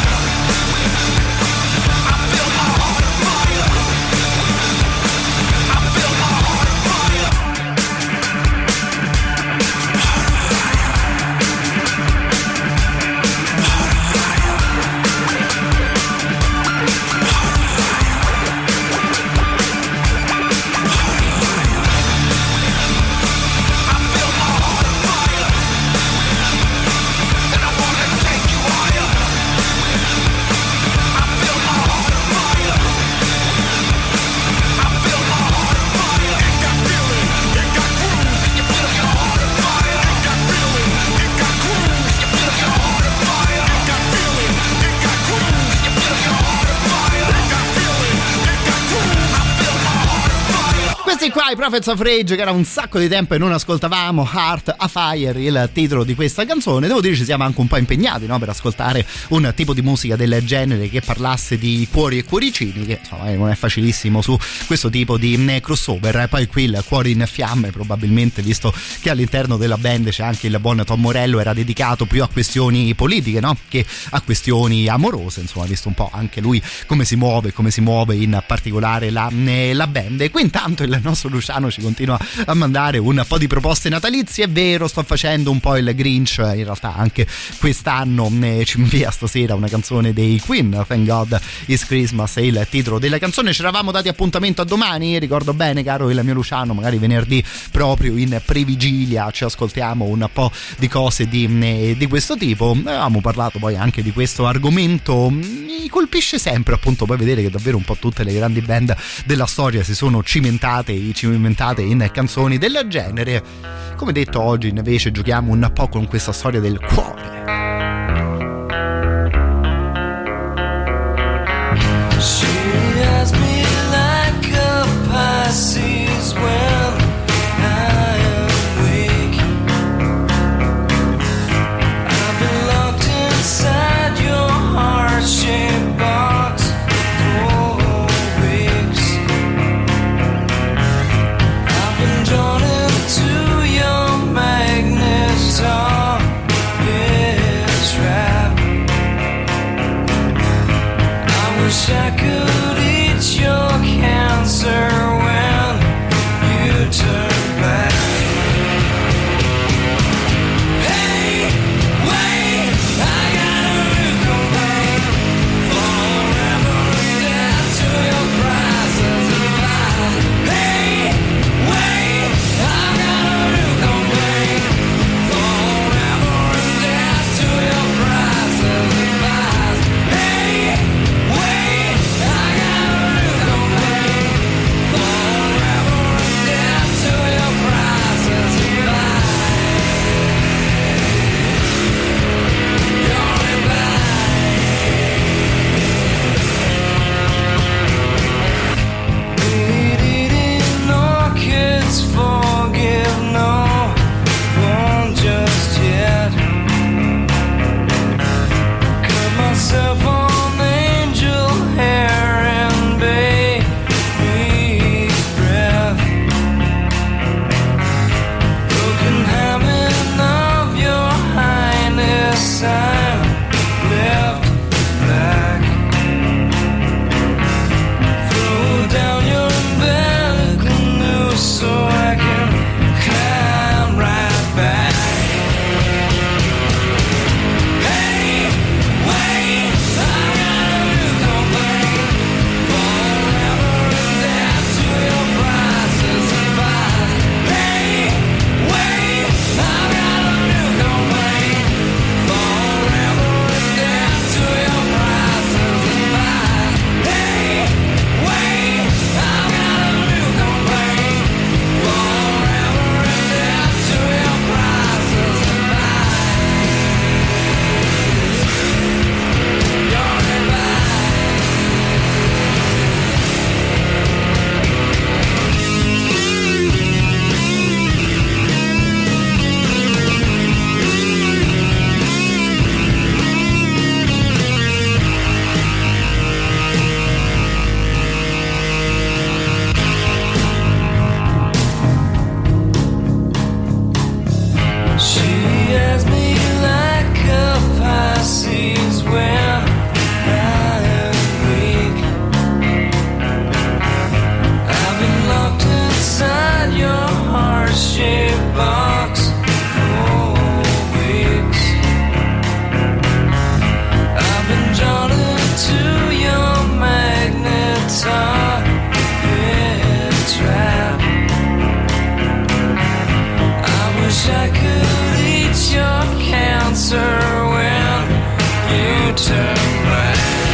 I feel my heart on fire, I feel my heart on fire. Questi qua i Prophets of Rage, che era un sacco di tempo e non ascoltavamo. Heart Afire, il titolo di questa canzone. Devo dire ci siamo anche un po' impegnati, no? Per ascoltare un tipo di musica del genere che parlasse di cuori e cuoricini, che insomma non è facilissimo su questo tipo di crossover. E poi qui il Cuore in Fiamme, probabilmente, visto che all'interno della band c'è anche il buon Tom Morello, era dedicato più a questioni politiche, no? Che a questioni amorose. Insomma, visto un po' anche lui come si muove in particolare la band. E qui intanto il nostro Luciano ci continua a mandare un po' di proposte natalizie. È vero, sto facendo un po' il Grinch, in realtà anche quest'anno ci invia stasera una canzone dei Queen, Thank God It's Christmas è il titolo della canzone. Ci eravamo dati appuntamento a domani, ricordo bene, caro il mio Luciano, magari venerdì proprio in previgilia ci ascoltiamo un po' di cose di questo tipo. Avevamo parlato poi anche di questo argomento. Mi colpisce sempre appunto poi vedere che davvero un po' tutte le grandi band della storia si sono cimentate in canzoni del genere. Come detto, oggi invece giochiamo un po' con questa storia del cuore. She has me like a Pisces when I am weak. I've been locked inside your heart-shaped box for weeks. I've been drawn into your wish I could eat your cancer when you turn back. Hey, wait, I got a new complaint. Forever dead to your prices and lies. Hey, wait, I got a new complaint. Forever dead to your prices and lies. Hey, wait, I got a new complaint. Forever dead to your prices and lies. You're in Eating orchids, forgive no one just yet. Cut myself on angel hair and baby's breath. Broken habit of your highness, I'm left back. Throw down your umbilical noose so I can climb right back. Hey, wait, I got a new complaint. Forever dead to your prices and lies. Hey, wait, I got a new complaint. Forever dead to your prices and lies. Hey, wait, I got a new complaint. Forever dead to your prices and lies. You're in She has me like a Pisces when I am weak. I've been locked inside your heart-shaped box for weeks. I've been drawn into your magnetar trap. I wish I could eat your cancer when you turn back.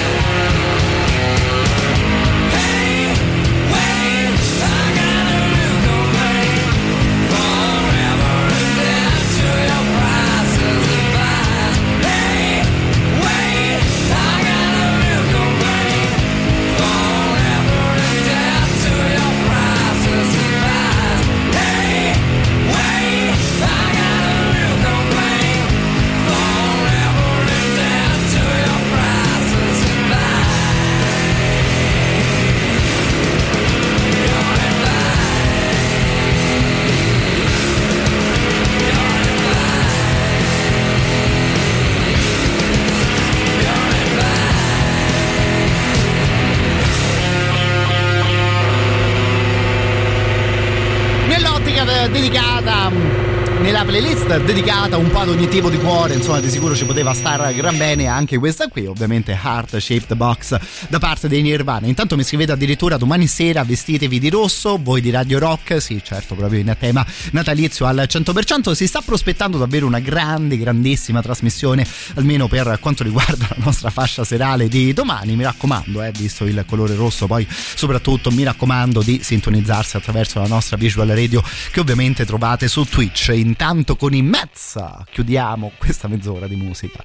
Hey, wait, I got a new complaint. Forever dead to your prices and lies. Hey, wait, I got a new complaint. Forever dead to your prices and lies. Hey, wait, I got a new complaint. Forever dead to your prices and lies. You're in Nell'ottica dedicata, nella playlist dedicata un po' ad ogni tipo di cuore, insomma di sicuro ci poteva star gran bene anche questa qui, ovviamente Heart Shaped Box da parte dei Nirvana. Intanto mi scrivete addirittura domani sera vestitevi di rosso, voi di Radio Rock, sì certo, proprio in tema natalizio al 100%. Si sta prospettando davvero una grandissima trasmissione, almeno per quanto riguarda la nostra fascia serale di domani. Mi raccomando, visto il colore rosso, poi soprattutto mi raccomando di sintonizzarsi attraverso la nostra visual radio che ovviamente trovate su Twitch. Intanto con i Mezza chiudiamo questa mezz'ora di musica.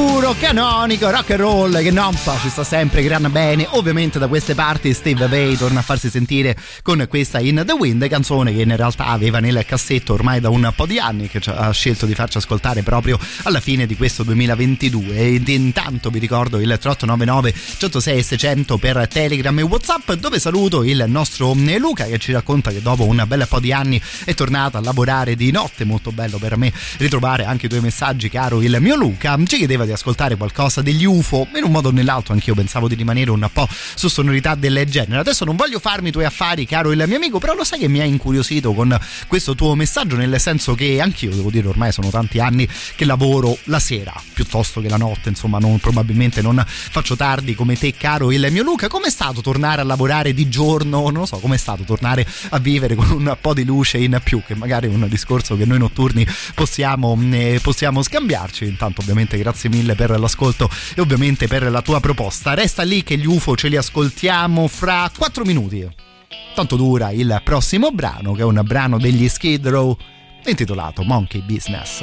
puro, canonico, rock and roll che non so, ci sta sempre gran bene. Ovviamente da queste parti Steve Vai torna a farsi sentire con questa In the Wind, canzone che in realtà aveva nel cassetto ormai da un po' di anni, che ha scelto di farci ascoltare proprio alla fine di questo 2022. Ed intanto vi ricordo il 3899 106 600 per Telegram e WhatsApp, dove saluto il nostro Luca che ci racconta che dopo un bel po' di anni è tornato a lavorare di notte. Molto bello per me ritrovare anche i tuoi messaggi, caro il mio Luca. Ci chiedeva di ascoltare qualcosa degli UFO, in un modo o nell'altro anch'io pensavo di rimanere un po' su sonorità del genere. Adesso non voglio farmi i tuoi affari, caro il mio amico, però lo sai che mi ha incuriosito con questo tuo messaggio, nel senso che anch'io devo dire ormai sono tanti anni che lavoro la sera piuttosto che la notte, insomma probabilmente non faccio tardi come te, caro il mio Luca. Com'è stato tornare a lavorare di giorno? Non lo so, com'è stato tornare a vivere con un po' di luce in più, che magari è un discorso che noi notturni possiamo scambiarci. Intanto ovviamente grazie mille per l'ascolto e ovviamente per la tua proposta. Resta lì che gli UFO ce li ascoltiamo fra 4 minuti. Tanto dura il prossimo brano, che è un brano degli Skid Row intitolato Monkey Business.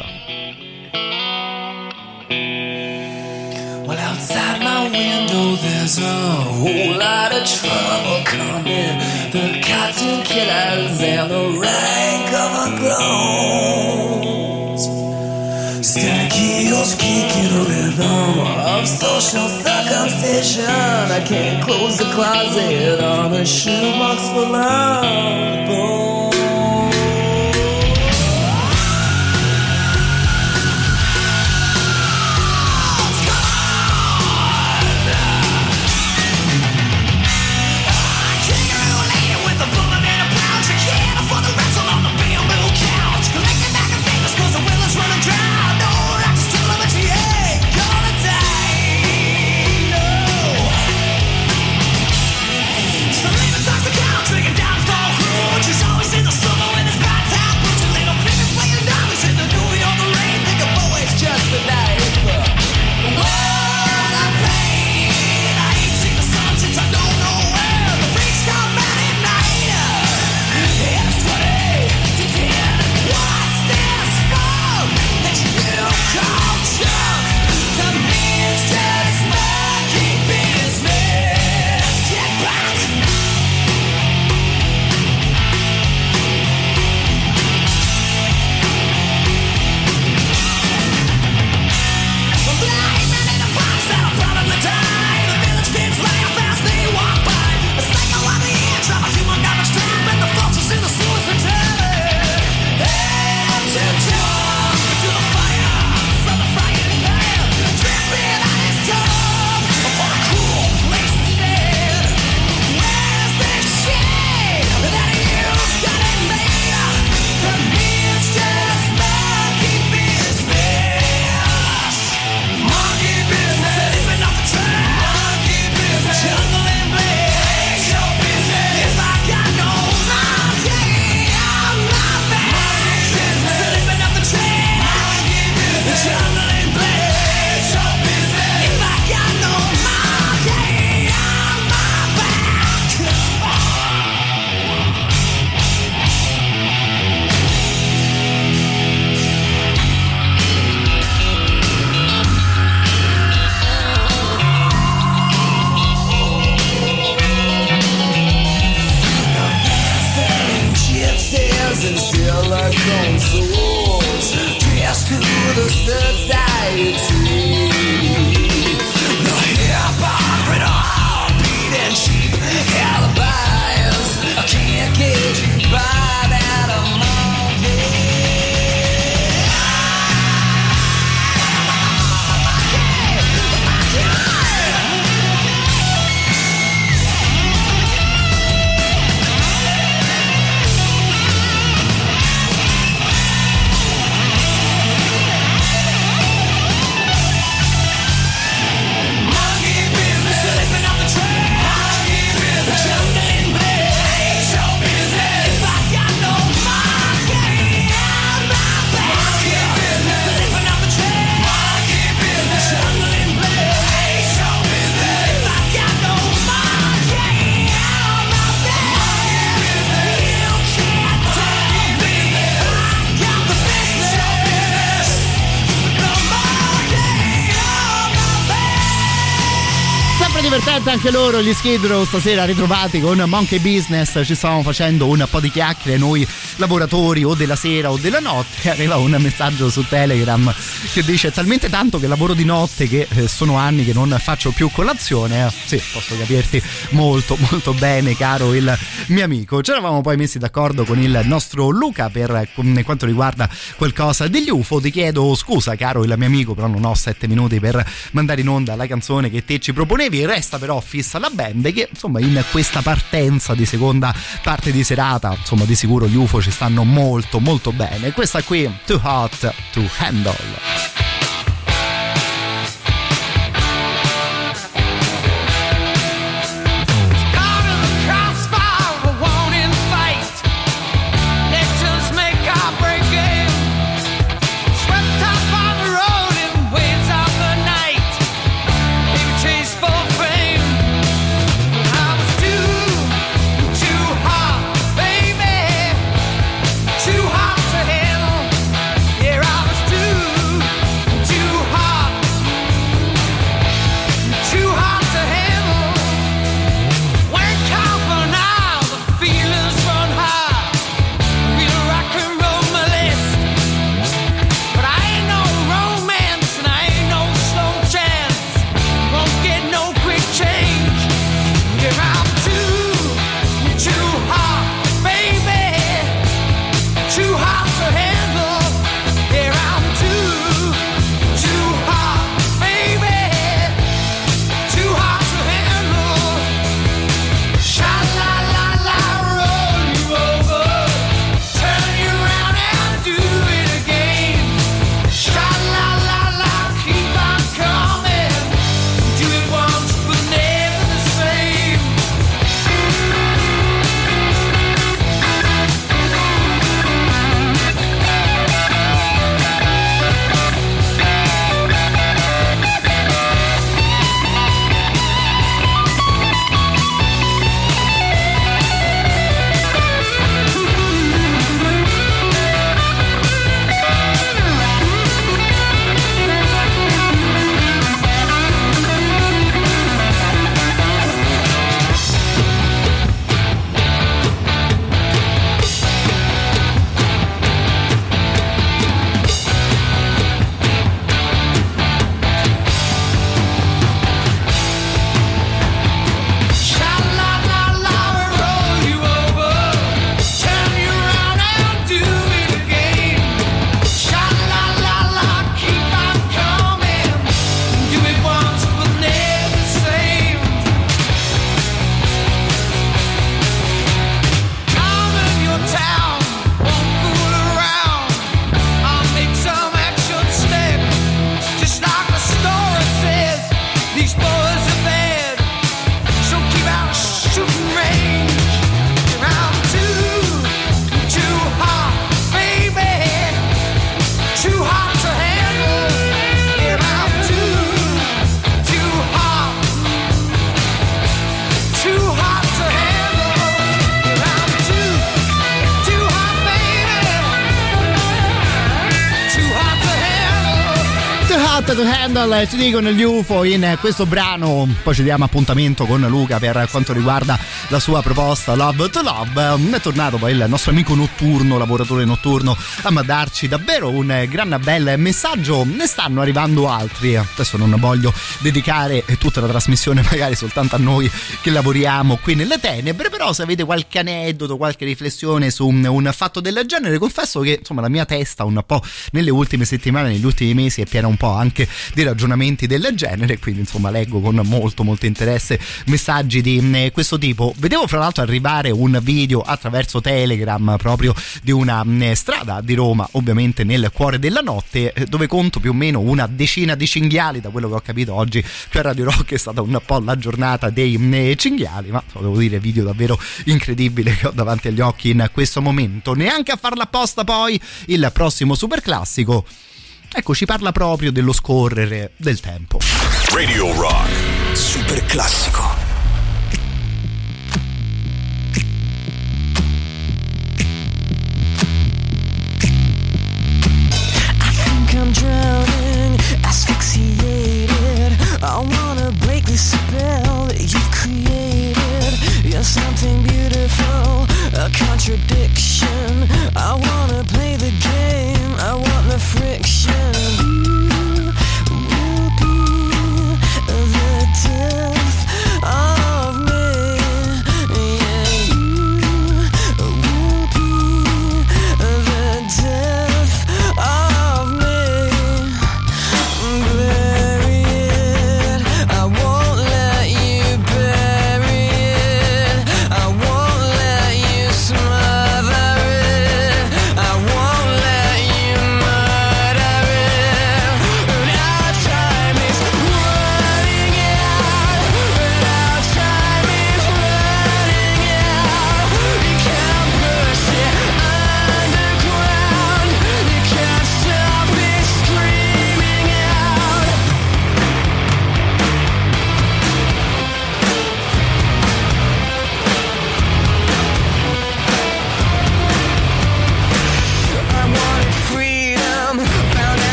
Well, outside my window there's a whole lot of trouble coming. The cartoon killers and the rank overgrown. Static heels kicking a rhythm of social circumcision. I can't close the closet on a shoebox full of bones. She's always divertente anche loro, gli Skid Row, stasera ritrovati con Monkey Business. Ci stavamo facendo un po' di chiacchiere noi lavoratori, o della sera o della notte. Arriva un messaggio su Telegram che dice: è talmente tanto che lavoro di notte che sono anni che non faccio più colazione. Sì, posso capirti molto molto bene, caro il mio amico. Ci eravamo poi messi d'accordo con il nostro Luca per quanto riguarda qualcosa degli UFO. Ti chiedo scusa, caro il mio amico, però non ho 7 minuti per mandare in onda la canzone che te ci proponevi. Resta però fissa la band che insomma in questa partenza di seconda parte di serata insomma di sicuro gli UFO ci stanno molto molto bene. Questa qui, Too Hot to Handle. To Handle, ci dicono gli UFO in questo brano. Poi ci diamo appuntamento con Luca per quanto riguarda la sua proposta Love to Love. È tornato poi il nostro amico notturno, lavoratore notturno, a mandarci davvero un gran bel messaggio. Ne stanno arrivando altri. Adesso non voglio dedicare tutta la trasmissione magari soltanto a noi che lavoriamo qui nelle tenebre, però se avete qualche aneddoto, qualche riflessione su un fatto del genere, confesso che insomma la mia testa un po' nelle ultime settimane, negli ultimi mesi è piena un po' anche di ragionamenti del genere, quindi insomma leggo con molto molto interesse messaggi di questo tipo. Vedevo fra l'altro arrivare un video attraverso Telegram proprio di una strada di Roma, ovviamente nel cuore della notte, dove conto più o meno una decina di cinghiali. Da quello che ho capito oggi qui a Radio Rock è stata un po' la giornata dei cinghiali, ma devo dire video davvero incredibile che ho davanti agli occhi in questo momento. Neanche a farla apposta poi il prossimo super classico, ecco, ci parla proprio dello scorrere del tempo. Radio Rock Super classico. I'm drowning, asphyxiated. I wanna break this spell.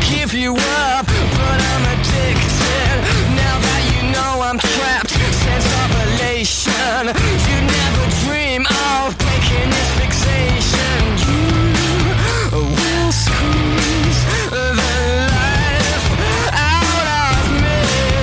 give you up, but I'm addicted. Now that you know I'm trapped, sense of elation. You never dream of breaking this fixation. You will squeeze the life out of me.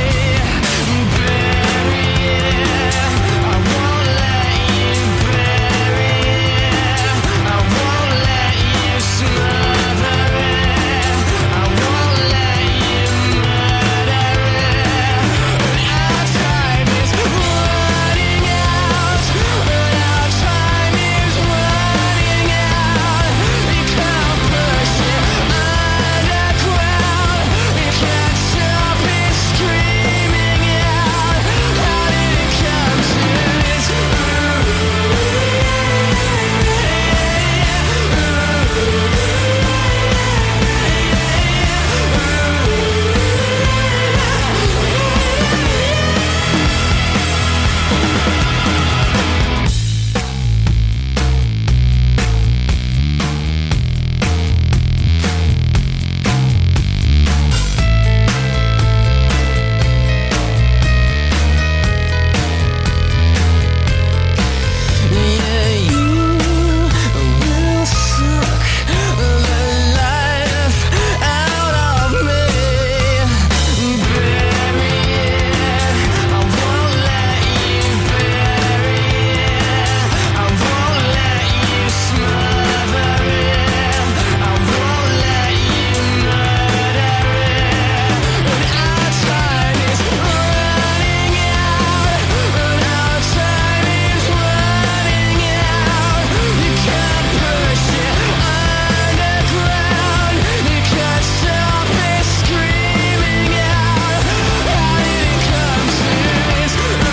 Bury it, I won't let you bury it. I won't let you smother it. I won't let you murder it. And our time is running out. And our time is running out. You can't push it underground. You can't stop it screaming out. How did it come to this? Yeah, you will suck the life out of me. Bury it, I won't let you bury it. I won't let you smother it. I won't let you murder it. And our time is running out. And our time is running out. You can't push it underground. You can't stop it screaming out. How did it come to this?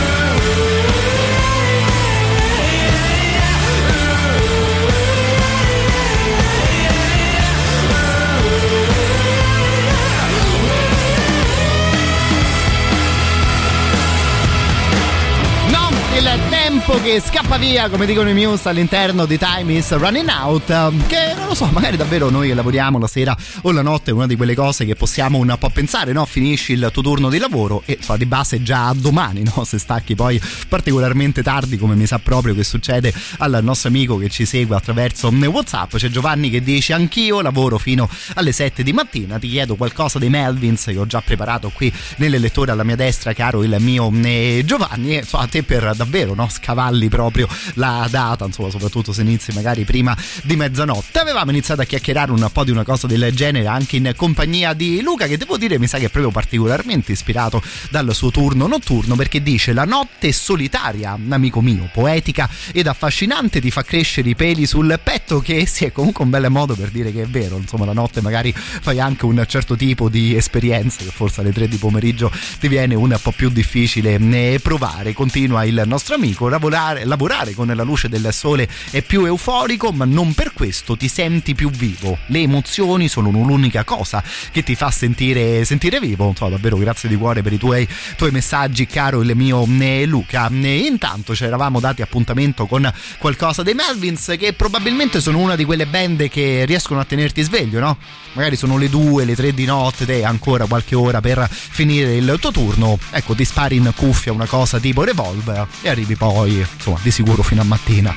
No, il tempo che scappa via, come dicono i Muse all'interno di Time is Running Out, che non lo so, magari davvero noi che lavoriamo la sera o la notte è una di quelle cose che possiamo un po' pensare, no? Finisci il tuo turno di lavoro e so, di base già a domani, no? Se stacchi poi particolarmente tardi, come mi sa proprio che succede al nostro amico che ci segue attraverso WhatsApp. C'è Giovanni che dice: anch'io lavoro fino alle 7 di mattina, ti chiedo qualcosa dei Melvins che ho già preparato qui nelle letture alla mia destra, caro il mio Giovanni, e so, a te per davvero, no? Scavalli proprio la data, insomma, soprattutto se inizi magari prima di mezzanotte. Avevamo iniziato a chiacchierare un po' di una cosa del genere anche in compagnia di Luca, che devo dire mi sa che è proprio particolarmente ispirato dal suo turno notturno, perché dice: la notte solitaria, amico mio, poetica ed affascinante, ti fa crescere i peli sul petto, che sì, è comunque un bel modo per dire che è vero, insomma, la notte magari fai anche un certo tipo di esperienze che forse alle 3 di pomeriggio ti viene un po' più difficile provare. Continua il nostro amico: lavorare con la luce del sole è più euforico, ma non per questo ti senti più vivo. Le emozioni sono l'unica cosa che ti fa sentire vivo. Non so, davvero grazie di cuore per i tuoi messaggi, caro il mio Luca. Intanto ci eravamo dati appuntamento con qualcosa dei Melvins, che probabilmente sono una di quelle band che riescono a tenerti sveglio, no? Magari sono le 2, le 3 di notte, te hai ancora qualche ora per finire il tuo turno, ecco, ti spari in cuffia una cosa tipo Revolver e arrivi poi, insomma, di sicuro fino a mattina.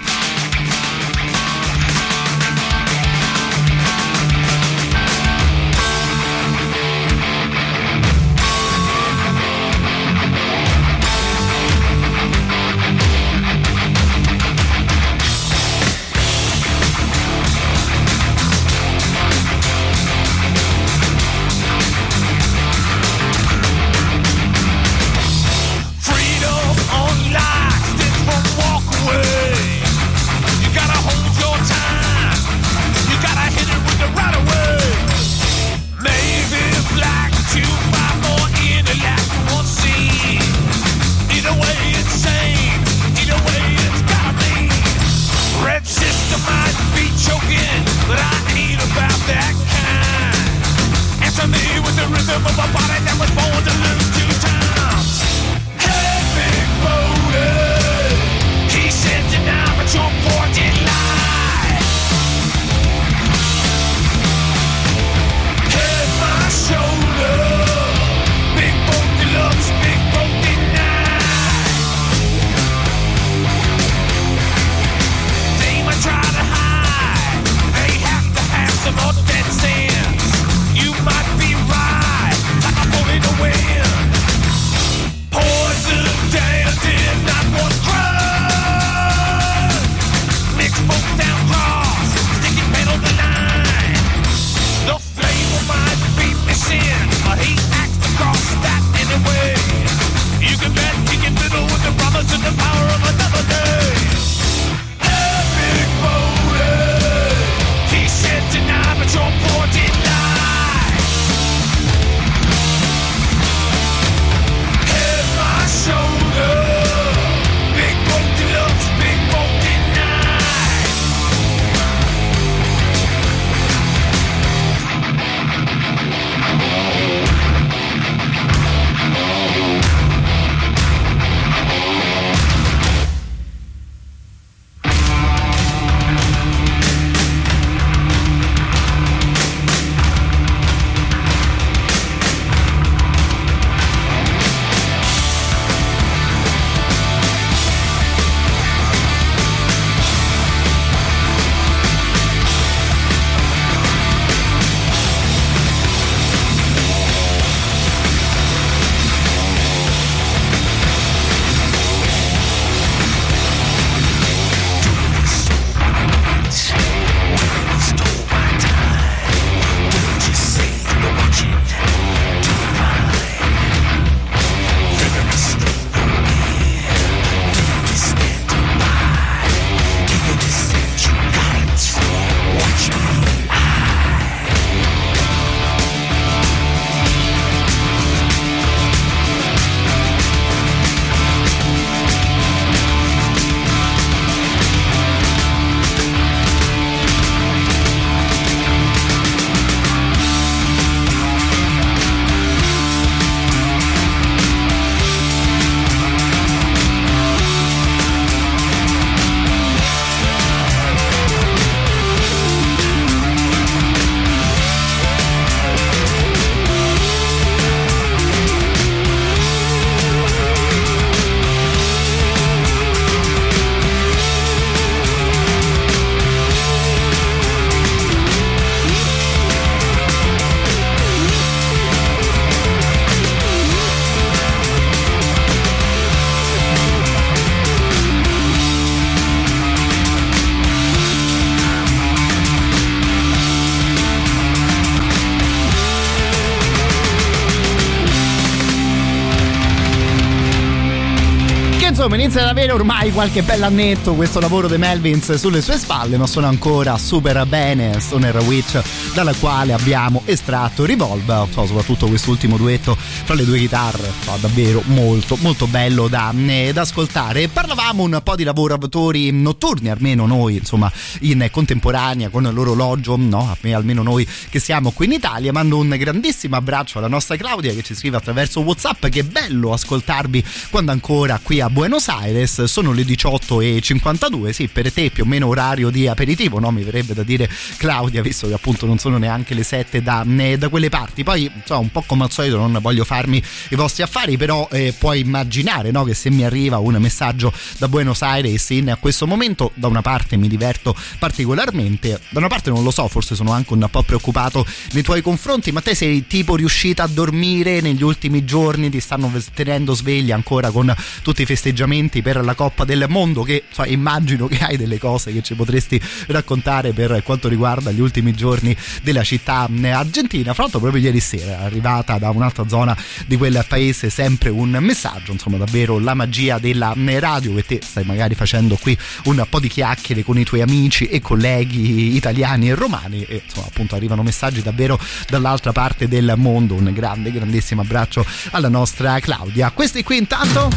insomma inizia ad avere ormai qualche bell'annetto questo lavoro dei Melvins sulle sue spalle, ma suona ancora super bene Stoner Witch, dalla quale abbiamo estratto Revolve, soprattutto quest'ultimo duetto fra le due chitarre, davvero molto molto bello da ascoltare. Parlavamo un po' di lavoratori notturni, almeno noi insomma in contemporanea con l'orologio, no? Almeno noi che siamo qui in Italia. Mando un grandissimo abbraccio alla nostra Claudia che ci scrive attraverso WhatsApp: che bello ascoltarvi quando ancora qui a Buenos Aires sono le 18:52. Sì, per te più o meno orario di aperitivo, no? Mi verrebbe da dire, Claudia, visto che appunto non sono neanche le 7 da quelle parti. Poi insomma, un po' come al solito non voglio farmi i vostri affari, però puoi immaginare, no, che se mi arriva un messaggio da Buenos Aires in questo momento, da una parte mi diverto particolarmente, da una parte non lo so, forse sono anche un po' preoccupato nei tuoi confronti. Ma te sei tipo riuscita a dormire negli ultimi giorni? Ti stanno tenendo sveglia ancora con tutti i festeggiamenti per la Coppa del Mondo, che immagino che hai delle cose che ci potresti raccontare per quanto riguarda gli ultimi giorni della città argentina. Fra l'altro proprio ieri sera è arrivata da un'altra zona di quel paese sempre un messaggio, insomma davvero la magia della radio, che te stai magari facendo qui un po' di chiacchiere con i tuoi amici e colleghi italiani e romani, e insomma appunto arrivano messaggi davvero dall'altra parte del mondo. Un grandissimo abbraccio alla nostra Claudia. Questi qui intanto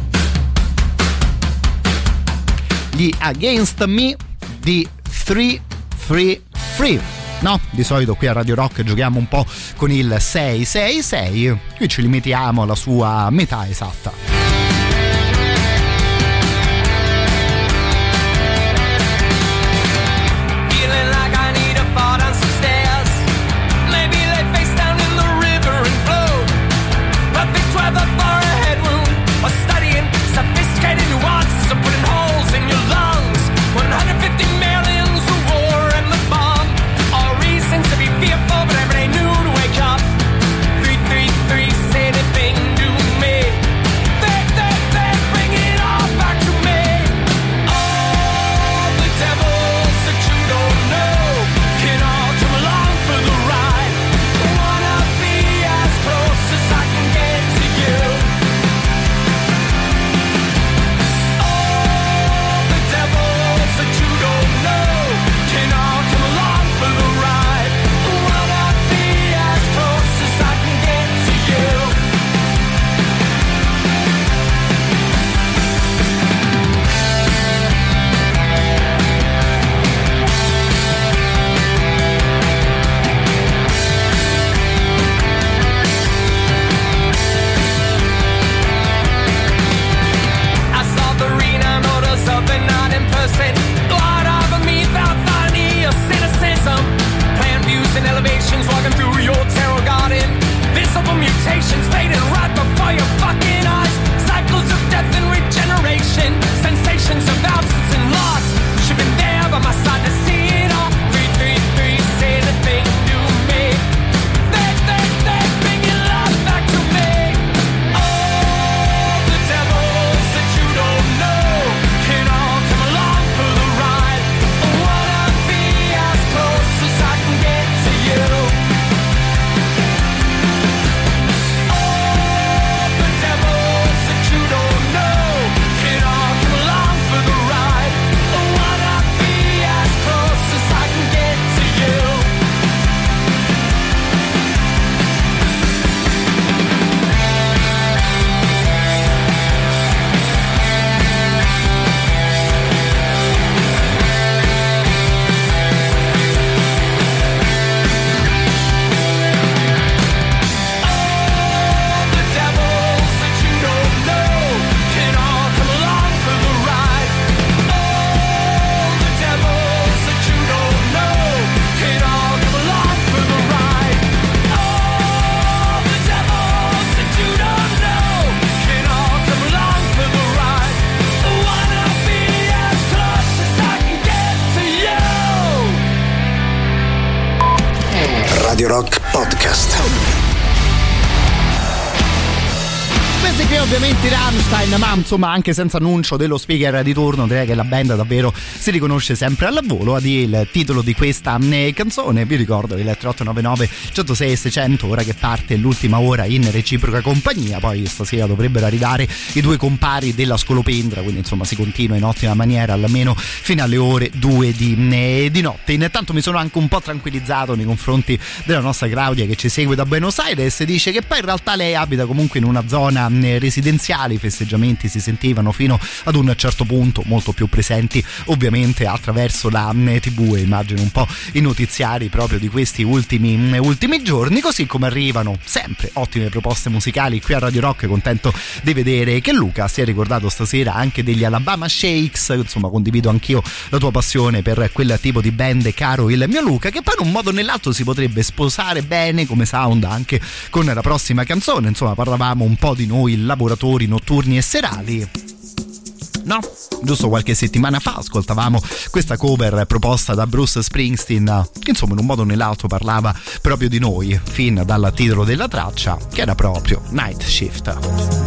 gli Against Me di 333. No, di solito qui a Radio Rock giochiamo un po' con il 666, qui ci limitiamo alla sua metà esatta. Say anything to me. Radio Rock Podcast. Questi qui ovviamente Rammstein, ma insomma anche senza annuncio dello speaker di turno direi che la band davvero si riconosce sempre al volo. A dire il titolo di questa canzone, vi ricordo il 3899 106 e 600, ora che parte l'ultima ora in reciproca compagnia. Poi stasera dovrebbero arrivare i due compari della Scolopendra, quindi insomma si continua in ottima maniera almeno fino alle ore 2 di notte. Intanto mi sono anche un po' tranquillizzato nei confronti della nostra Claudia che ci segue da Buenos Aires, dice che poi in realtà lei abita comunque in una zona residenziale. I festeggiamenti si sentivano fino ad un certo punto, molto più presenti ovviamente attraverso la TV, e immagino un po' i notiziari proprio di questi ultimi giorni, così come arrivano sempre ottime proposte musicali qui a Radio Rock. Contento di vedere che Luca si è ricordato stasera anche degli Alabama Shakes, insomma condivido anch'io la tua passione per quel tipo di band, caro il mio Luca, che poi in un modo o nell'altro si potrebbe sposare bene come sound anche con la prossima canzone. Insomma parlavamo un po' di noi lavoratori notturni e serali, no? Giusto qualche settimana fa ascoltavamo questa cover proposta da Bruce Springsteen che insomma in un modo o nell'altro parlava proprio di noi, fin dal titolo della traccia che era proprio Night Shift.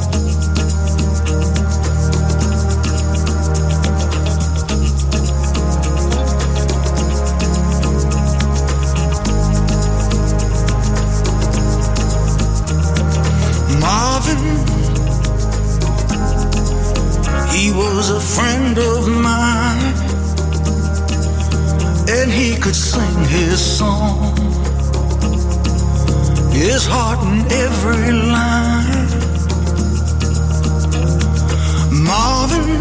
He was a friend of mine, and he could sing his song, his heart in every line. Marvin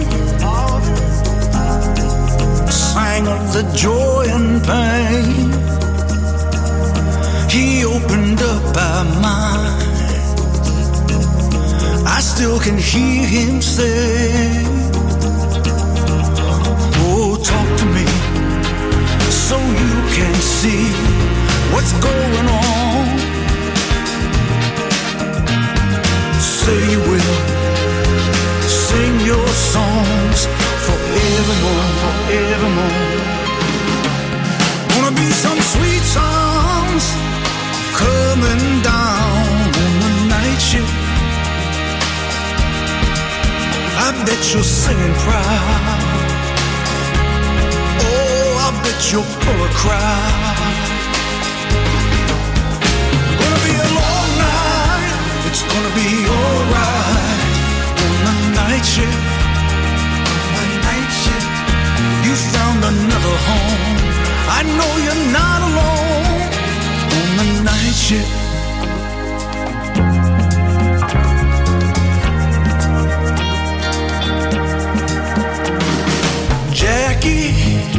sang of the joy and pain. He opened up our minds. I still can hear him say, oh, talk to me so you can see what's going on. Say you will sing your songs forevermore, forevermore. Gonna be some sweet songs coming down on the night shift. I bet you're singing proud. Oh, I bet you'll pull a crowd. Gonna be a long night. It's gonna be alright on the night shift. On the night shift, you found another home. I know you're not alone on the night shift. Jackie,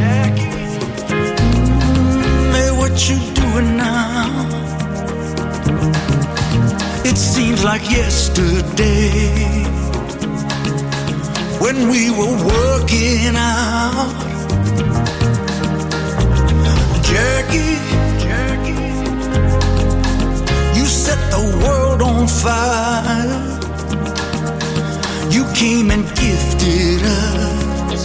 hey, what you doing now? It seems like yesterday when we were working out. Jackie, you set the world on fire. You came and gifted us.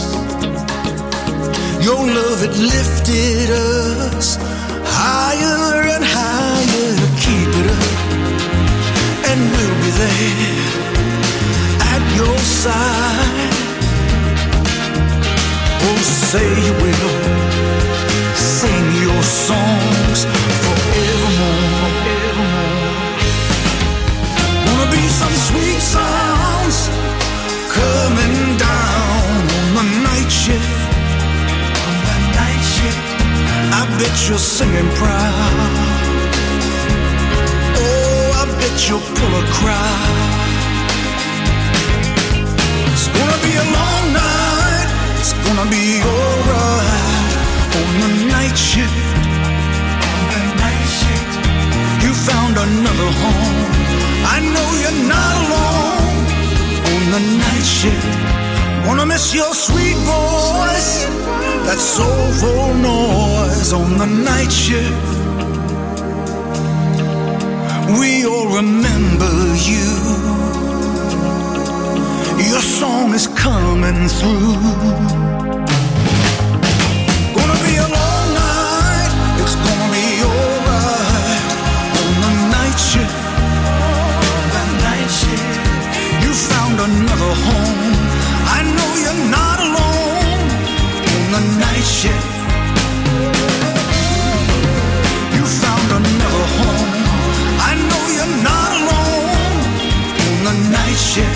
Your love, it lifted us higher and higher. Keep it up, and we'll be there at your side. Oh, say you will sing your songs forevermore, forevermore. Gonna be some sweet songs coming down on the night shift. I bet you're singing proud. Oh, I bet you'll pull a crowd. It's gonna be a long night. It's gonna be alright on the night shift. On the night shift, you found another home. I know you're not alone on the night shift. Wanna miss your sweet voice, that soulful noise on the night shift. We all remember you. Your song is coming through. Gonna be a long night. It's gonna be alright on the night shift. On the night shift, you shift. You found another home. I know you're not alone on the night shift.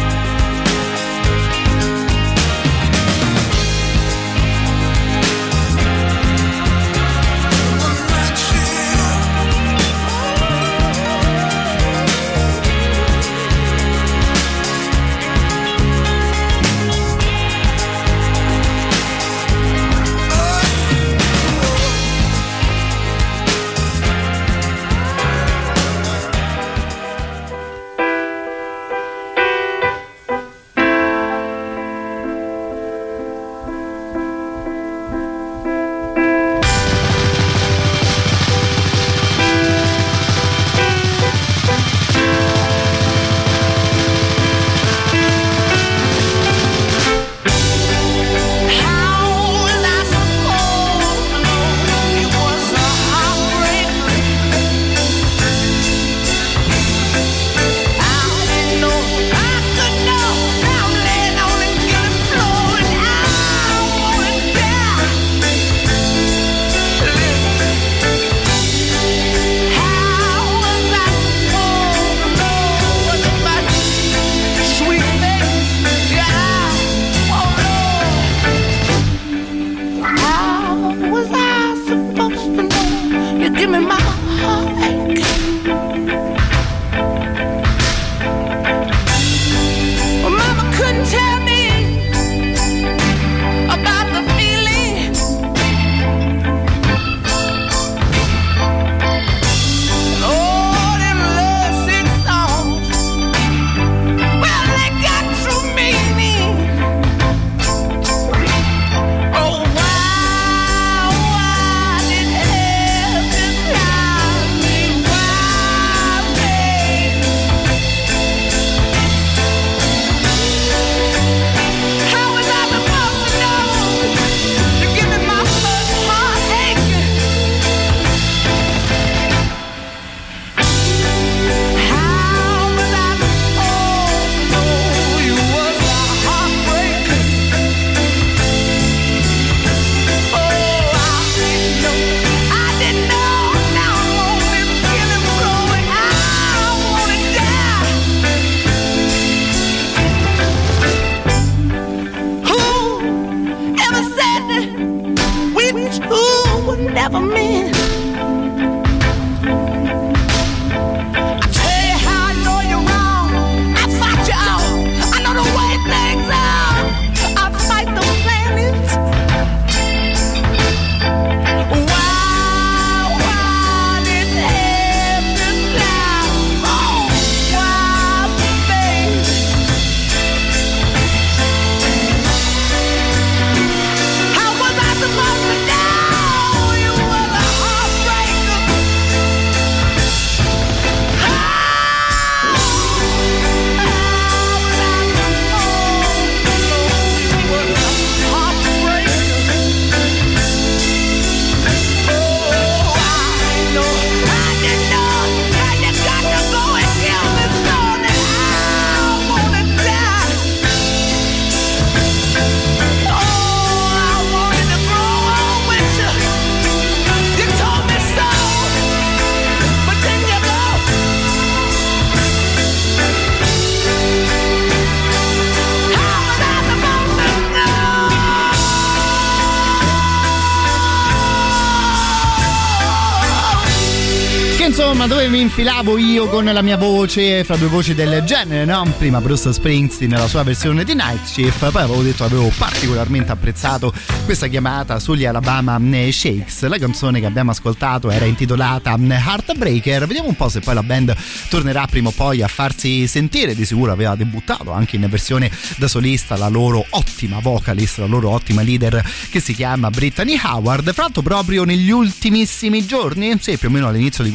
Insomma, dove mi infilavo io con la mia voce fra due voci del genere, no? Prima Bruce Springsteen nella sua versione di Night Shift, poi avevo detto avevo particolarmente apprezzato questa chiamata sugli Alabama Shakes. La canzone che abbiamo ascoltato era intitolata Heartbreaker. Vediamo un po' se poi la band tornerà prima o poi a farsi sentire. Di sicuro aveva debuttato anche in versione da solista la loro ottima vocalist, la loro ottima leader che si chiama Brittany Howard. Fra l'altro proprio negli ultimissimi giorni, sì, più o meno all'inizio di questo dicembre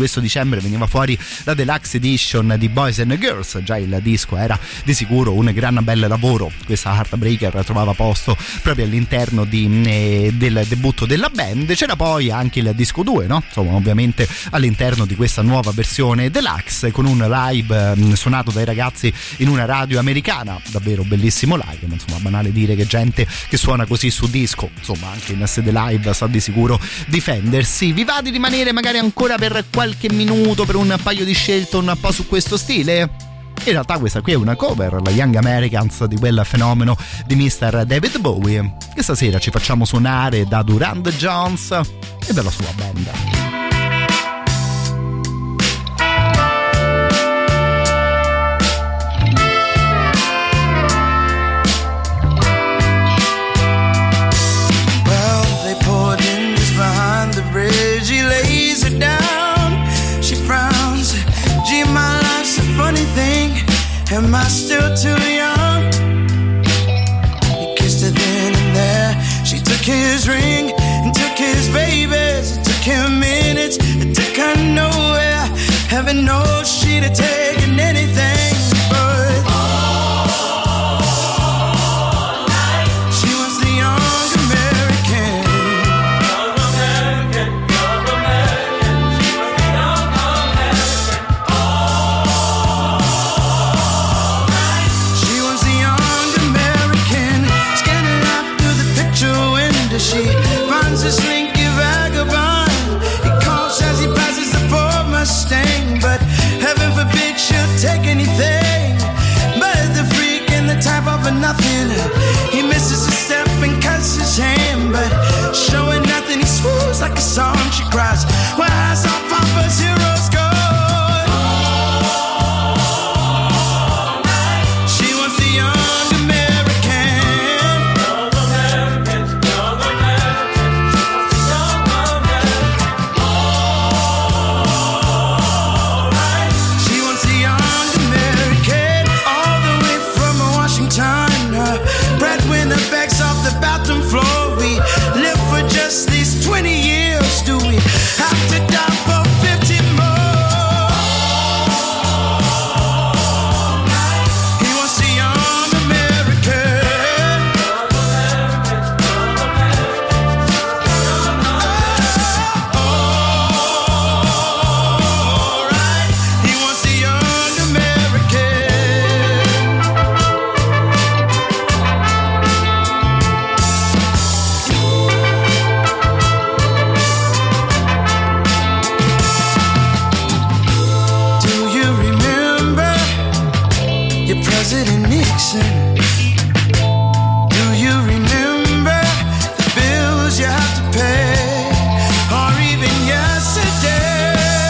dicembre veniva fuori la Deluxe Edition di Boys and Girls. Già il disco era di sicuro un gran bel lavoro, questa Heartbreaker trovava posto proprio all'interno del debutto della band. C'era poi anche il disco 2, no? Insomma, ovviamente all'interno di questa nuova versione Deluxe, con un live suonato dai ragazzi in una radio americana, davvero bellissimo live, ma insomma banale dire che gente che suona così su disco, insomma anche in sede live sa di sicuro difendersi. Vi va di rimanere magari ancora per qualche minuto per un paio di scelte un po' su questo stile? In realtà questa qui è una cover, la Young Americans, di quel fenomeno di Mr. David Bowie, che stasera ci facciamo suonare da Durand Jones e dalla sua band. He lays it down. She frowns. Gee, my life's a funny thing. Am I still too young? He kissed her then and there. She took his ring and took his babies. It took him minutes. It took her nowhere. Heaven knows she'd have taken anything, but all night she was the young American. She finds a slinky vagabond. He calls as he passes the Ford Mustang, but heaven forbid she'll take anything but the freak and the type of a nothing. He misses a step and cuts his hand, but showing nothing, he swoons like a song. She cries, where has our Papa's heroes gone? She wants the young American. Breadwinner begs off the bathroom floor. We live for just these 20 years. Do we have to die for 50 more? He wants a young American. All right. He wants a young American. President Nixon, do you remember the bills you have to pay, or even yesterday?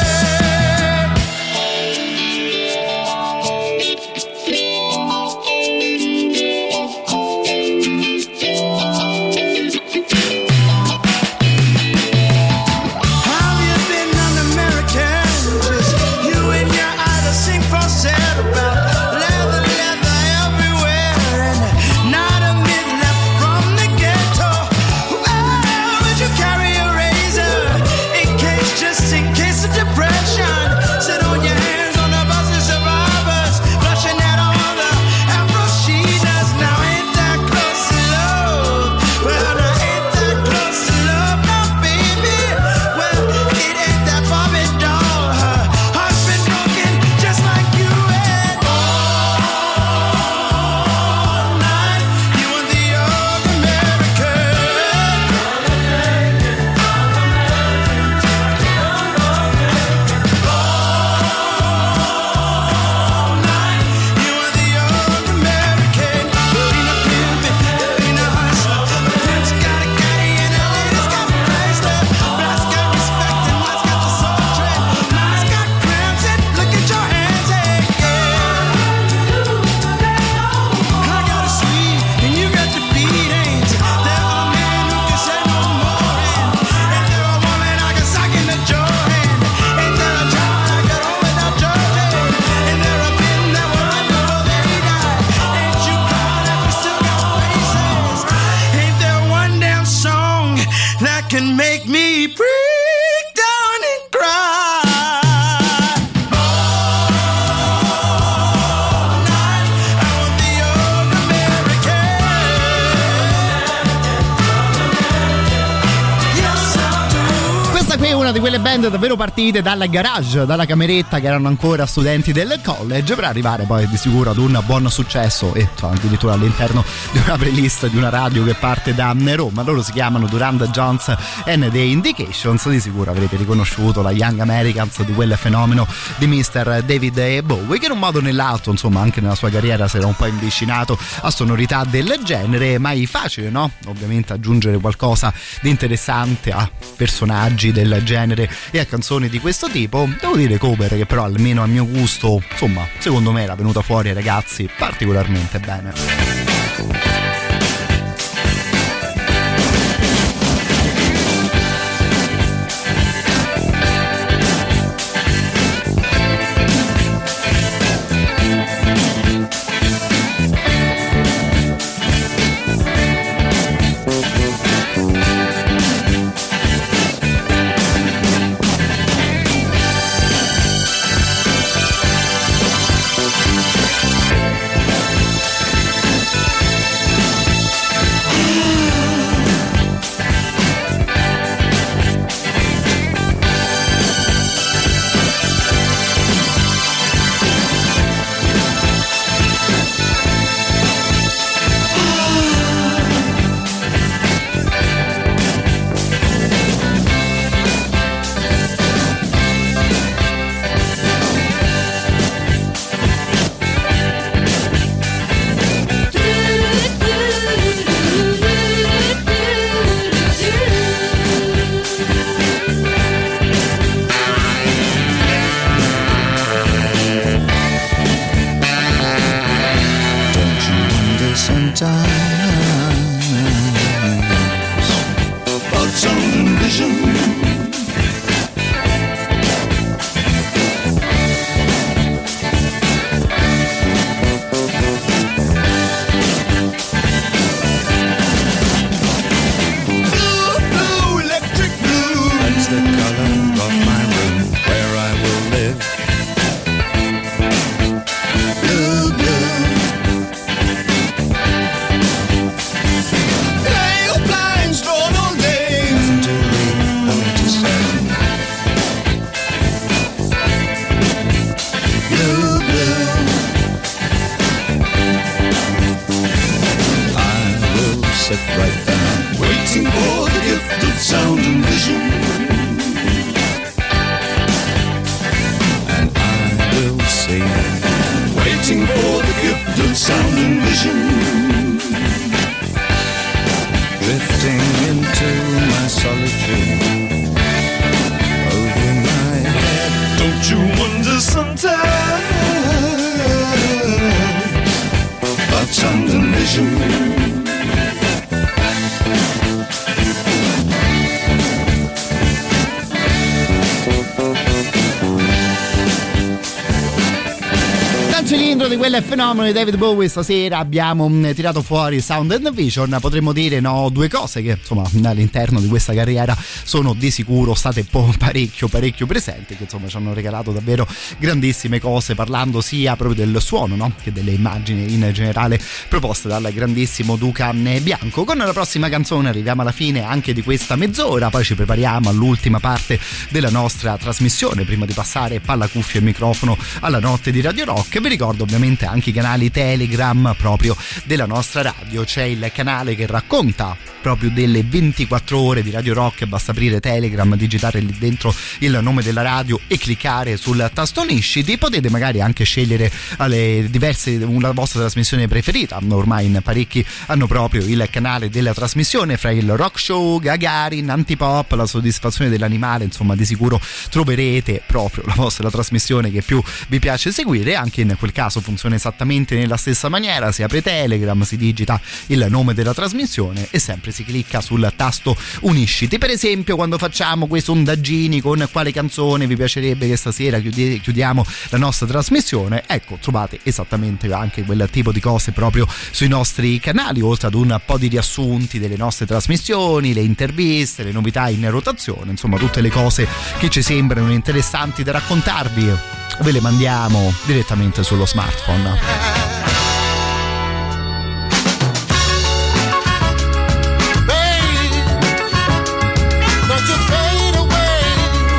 Have you been un-American? Just you and your idol sing falsetto about leather everywhere, and not a minute left from the ghetto. Well, would you carry a razor just in case of depression? Sit on your hands on the bus of survivors, blushing at all the afro she does. Now ain't that close to love? Well, now ain't that close to love? No, baby. Well, it ain't that Barbie doll. Her heart's been broken just like you and all night. You want the young American. All night. You want the young American. There ain't a pimpin', there ain't a hustler. The pimp's got a caddy and a lady's got a Chrysler. Blood's got respect and what's got the soul train. Mama's got crimson, look at your hands, hey, yeah. I got a sweet and you got the beat, ain't you? There are men who can say no more, and there are women I can sock in the jaw, and there are child I could hold without George, and there are men that were right before they died. Ain't you proud that we still got faces? Ain't there one damn song that can make me break down and cry? di quelle band davvero partite dal garage, dalla cameretta, che erano ancora studenti del college, per arrivare poi di sicuro ad un buon successo e addirittura all'interno di una playlist di una radio che parte da Roma. Loro si chiamano Durand Jones and the Indications. Di sicuro avrete riconosciuto la Young Americans di quel fenomeno di Mr. David Bowie, che in un modo o nell'altro, insomma, anche nella sua carriera si era un po' invicinato a sonorità del genere. Mai facile, no? Ovviamente aggiungere qualcosa di interessante a personaggi del genere e a canzoni di questo tipo. Devo dire cover che però almeno a mio gusto, insomma, secondo me era venuta fuori ai ragazzi particolarmente bene. Quel fenomeno di David Bowie stasera abbiamo tirato fuori Sound and Vision. Potremmo dire due cose che insomma all'interno di questa carriera sono di sicuro state parecchio presenti, che insomma ci hanno regalato davvero grandissime cose, parlando sia proprio del suono, no? Che delle immagini in generale proposte dal grandissimo Duca Bianco. Con la prossima canzone arriviamo alla fine anche di questa mezz'ora, poi ci prepariamo all'ultima parte della nostra trasmissione prima di passare palla, cuffia e microfono alla notte di Radio Rock. Vi ricordo ovviamente anche i canali Telegram proprio della nostra radio. C'è il canale che racconta proprio delle 24 ore di Radio Rock, basta aprire Telegram, digitare lì dentro il nome della radio e cliccare sul tasto Unisciti. Potete magari anche scegliere alle diverse la vostra trasmissione preferita, ormai in parecchi hanno proprio il canale della trasmissione, fra il Rock Show, Gagarin, Antipop, La soddisfazione dell'animale, insomma di sicuro troverete proprio la vostra trasmissione che più vi piace seguire. Anche in quel caso funziona esattamente nella stessa maniera, si apre Telegram, si digita il nome della trasmissione e sempre si clicca sul tasto Unisciti. Per esempio, quando facciamo quei sondaggini con quale canzone vi piacerebbe che stasera chiudiamo la nostra trasmissione, ecco, trovate esattamente anche quel tipo di cose proprio sui nostri canali, oltre ad un po' di riassunti delle nostre trasmissioni, le interviste, le novità in rotazione, insomma tutte le cose che ci sembrano interessanti da raccontarvi ve le mandiamo direttamente sullo smartphone. Don't you fade away.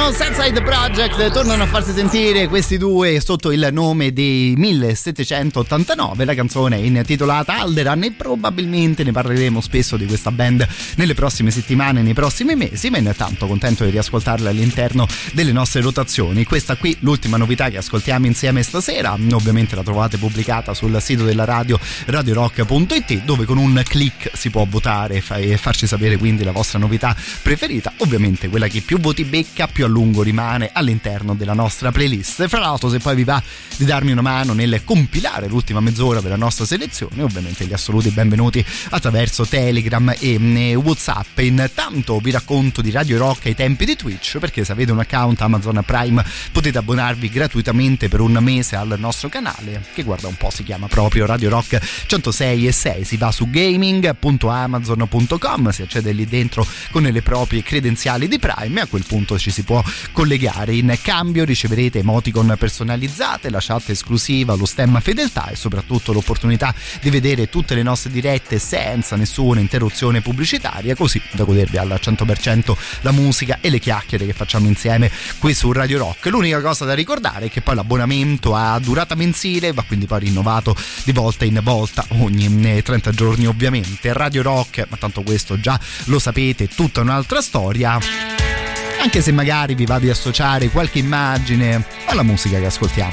Southside Project tornano a farsi sentire questi due sotto il nome di 1789. La canzone è intitolata Alderan e probabilmente ne parleremo spesso di questa band nelle prossime settimane, nei prossimi mesi, ma intanto contento di riascoltarla all'interno delle nostre rotazioni. Questa qui, l'ultima novità che ascoltiamo insieme stasera, ovviamente la trovate pubblicata sul sito della radio, radiorock.it, dove con un click si può votare e farci sapere quindi la vostra novità preferita. Ovviamente quella che più voti becca, più a lungo rimane all'interno della nostra playlist. Fra l'altro, se poi vi va di darmi una mano nel compilare l'ultima mezz'ora della nostra selezione, ovviamente gli assoluti benvenuti attraverso Telegram e WhatsApp. Intanto vi racconto di Radio Rock ai tempi di Twitch, perché se avete un account Amazon Prime potete abbonarvi gratuitamente per un mese al nostro canale, che guarda un po' si chiama proprio Radio Rock 106.6. Si va su gaming.amazon.com, si accede lì dentro con le proprie credenziali di Prime e a quel punto ci si può collegare. In cambio riceverete emoticon personalizzate, la chat esclusiva, lo stemma fedeltà e soprattutto l'opportunità di vedere tutte le nostre dirette senza nessuna interruzione pubblicitaria, così da godervi al 100% la musica e le chiacchiere che facciamo insieme qui su Radio Rock. L'unica cosa da ricordare è che poi l'abbonamento ha durata mensile, va quindi poi rinnovato di volta in volta ogni 30 giorni ovviamente. Radio Rock, ma tanto questo già lo sapete, tutta un'altra storia, anche se magari vi va di associare qualche immagine alla musica che ascoltiamo.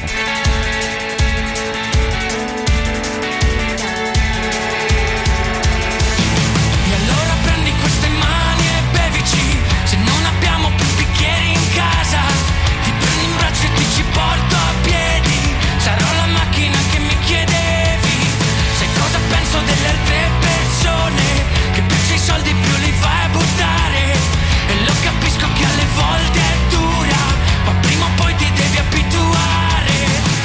Capisco che alle volte è dura, ma prima o poi ti devi abituare.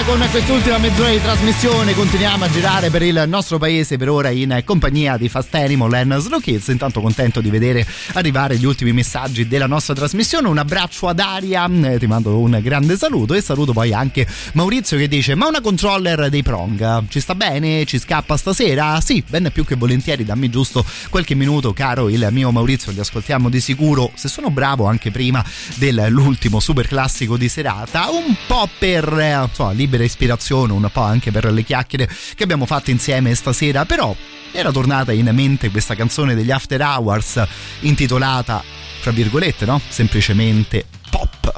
con quest'ultima mezz'ora di trasmissione continuiamo a girare per il nostro paese, per ora in compagnia di Fast Animal and Slow Kids. Intanto contento di vedere arrivare gli ultimi messaggi della nostra trasmissione. Un abbraccio ad Aria, ti mando un grande saluto e saluto poi anche Maurizio che dice: ma una controller dei Prong ci sta bene? Ci scappa stasera? Sì, ben più che volentieri, dammi giusto qualche minuto caro il mio Maurizio, li ascoltiamo di sicuro, se sono bravo anche prima dell'ultimo super classico di serata, un po' per libera ispirazione, un po' anche per le chiacchiere che abbiamo fatto insieme stasera. Però era tornata in mente questa canzone degli After Hours intitolata, fra virgolette, no? Semplicemente Pop.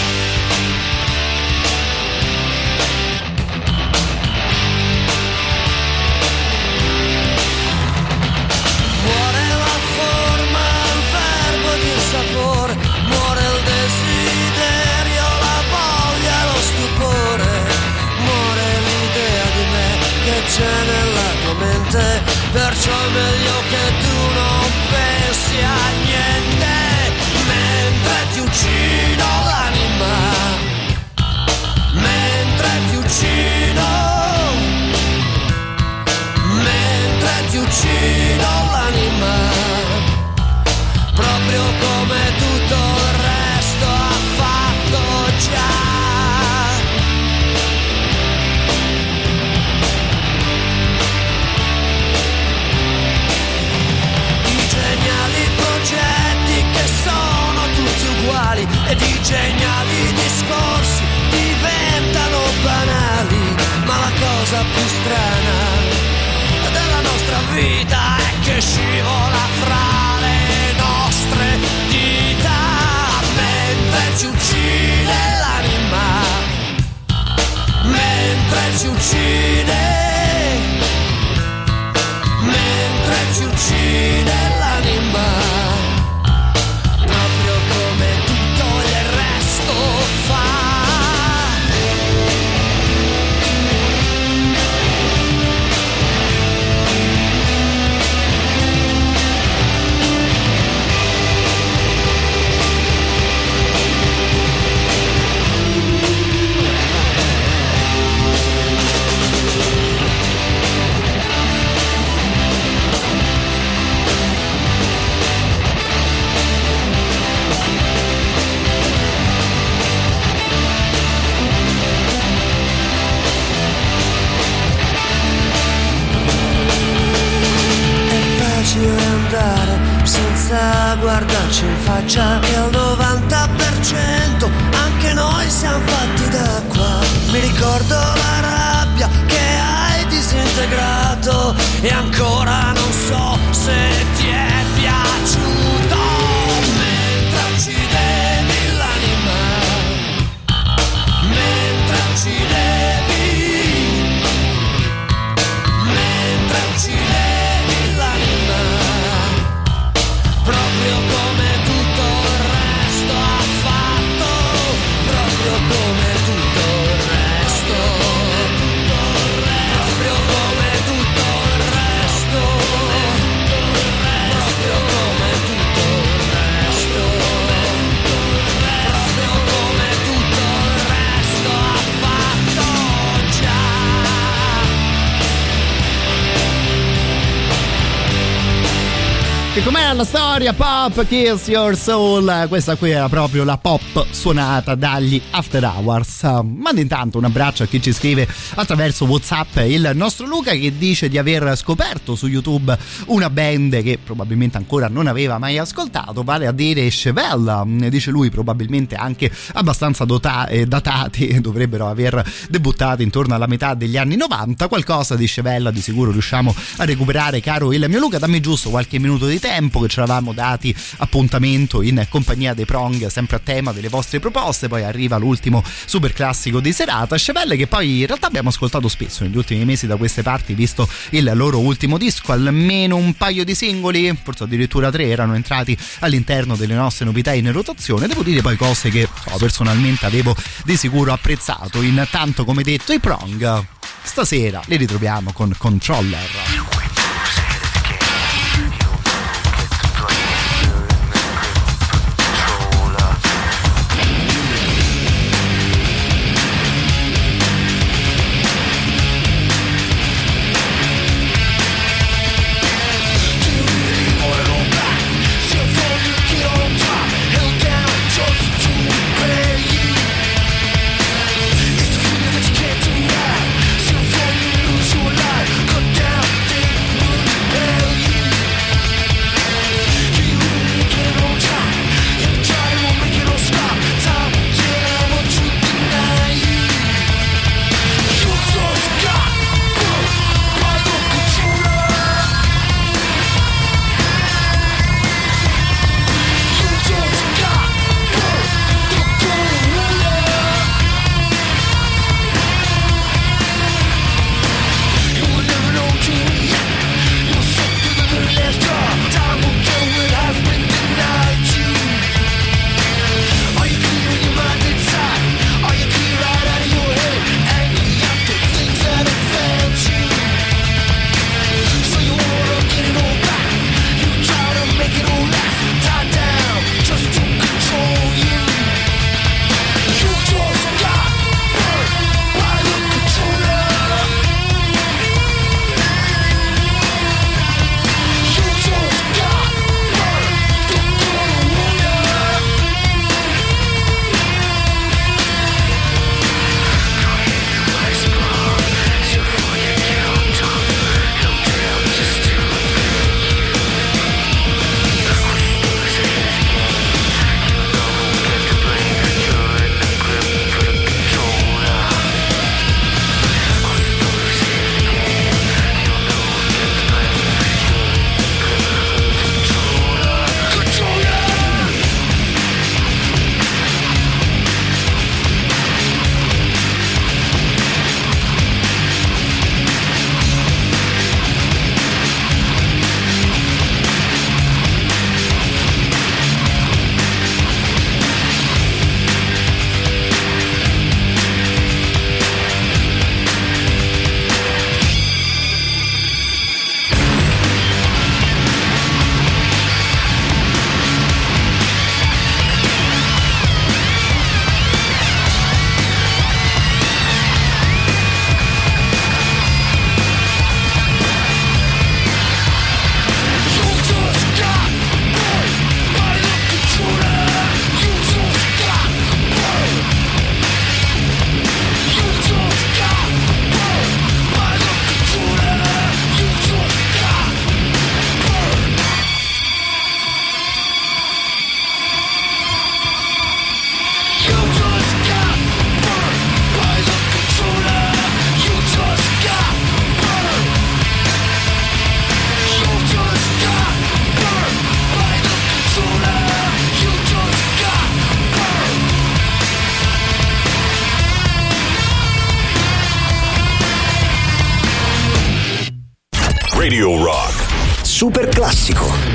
Muore la forma, il verbo di un sapore, muore il desiderio, la voglia, lo stupore, muore l'idea di me che c'è nella tua mente, perciò è meglio che tu non pensi a niente, mentre ti uccido l'anima, mentre ti uccido, mentre ti uccido l'anima, proprio come tutto il resto ha fatto già. I geniali progetti che sono tutti uguali ed i geniali discorsi diventano banali, ma la cosa più strana della nostra vita è che scivola fra le nostre dita, mentre ci uccide l'anima, mentre ci uccide, mentre ci uccide l'anima, proprio come tutto il resto fa. Andare senza guardarci in faccia e al 90% anche noi siamo fatti d'acqua. Mi ricordo la rabbia che hai disintegrato e ancora non so se ti è piaciuto, mentre uccidevi l'anima, mentre uccidevi, mentre uccidevi l'anima, proprio come tutto il resto ha fatto, proprio come tutto il resto, proprio come tutto il resto, proprio come tutto il resto, proprio come tutto il resto ha fatto già. Che com'era la storia? Pop Kills Your Soul. Questa qui era proprio la pop suonata dagli After Hours. Ma intanto un abbraccio a chi ci scrive attraverso WhatsApp, il nostro Luca, che dice di aver scoperto su YouTube una band che probabilmente ancora non aveva mai ascoltato, vale a dire Chevelle. Dice lui probabilmente anche abbastanza datati, dovrebbero aver debuttato intorno alla metà degli anni 90. Qualcosa di Chevelle di sicuro riusciamo a recuperare, caro il mio Luca. Dammi giusto qualche minuto di tempo, che ce l'avamo dati appuntamento in compagnia dei Prong, sempre a tema delle vostre proposte. Poi arriva l'ultimo super classico di serata, Chevelle, che poi in realtà abbiamo ascoltato spesso negli ultimi mesi da queste parti, visto il loro ultimo disco. Almeno un paio di singoli, forse addirittura 3, erano entrati all'interno delle nostre novità in rotazione. Devo dire poi cose che personalmente avevo di sicuro apprezzato. Intanto, come detto, i Prong stasera li ritroviamo con Controller. Radio Rock. Super classico.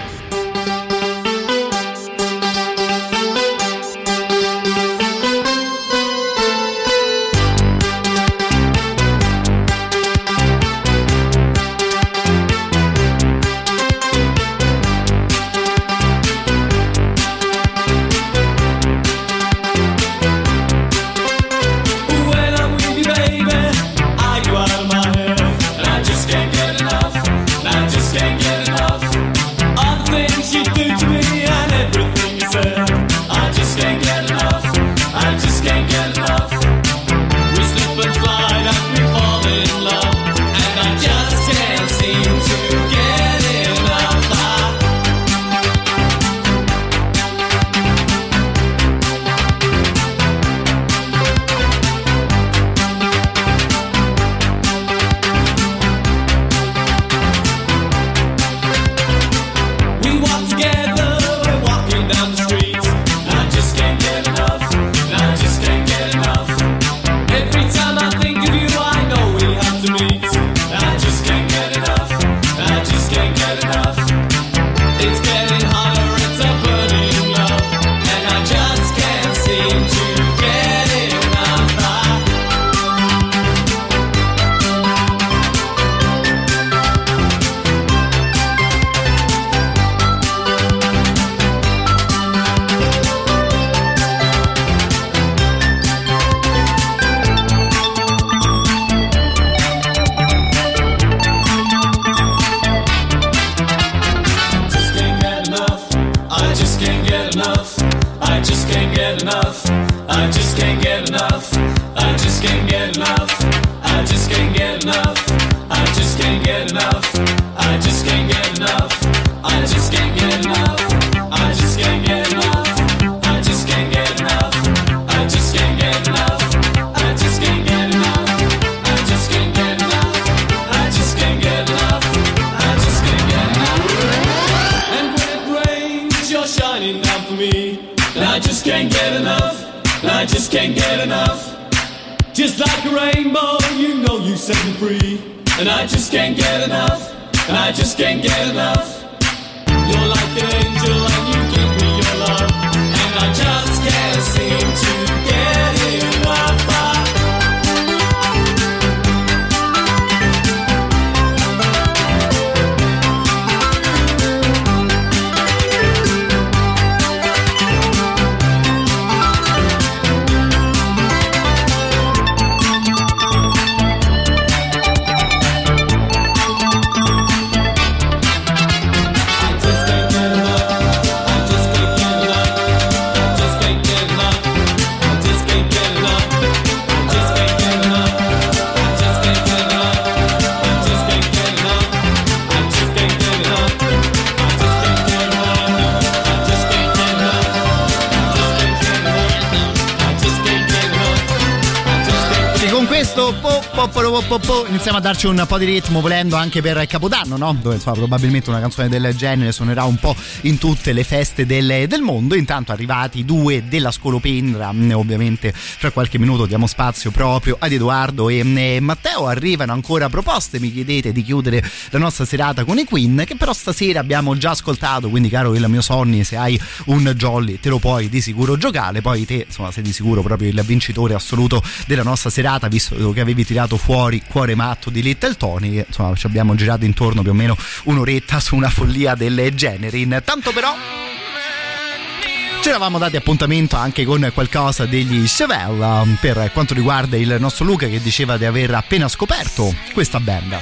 Iniziamo a darci un po' di ritmo, volendo, anche per Capodanno, no? Dove insomma probabilmente una canzone del genere suonerà un po' in tutte le feste del mondo. Intanto arrivati due della Scolopendra, ovviamente fra qualche minuto diamo spazio proprio ad Edoardo e Matteo. Arrivano ancora proposte, mi chiedete di chiudere la nostra serata con i Queen, che però stasera abbiamo già ascoltato, quindi caro il mio Sonny, se hai un Jolly te lo puoi di sicuro giocare. Poi te insomma sei di sicuro proprio il vincitore assoluto della nostra serata, visto che avevi tirato fuori Cuore matto di Little Tony, che insomma ci abbiamo girato intorno più o meno un'oretta su una follia del genere. Intanto però ci eravamo dati appuntamento anche con qualcosa degli Chevelle per quanto riguarda il nostro Luca, che diceva di aver appena scoperto questa band.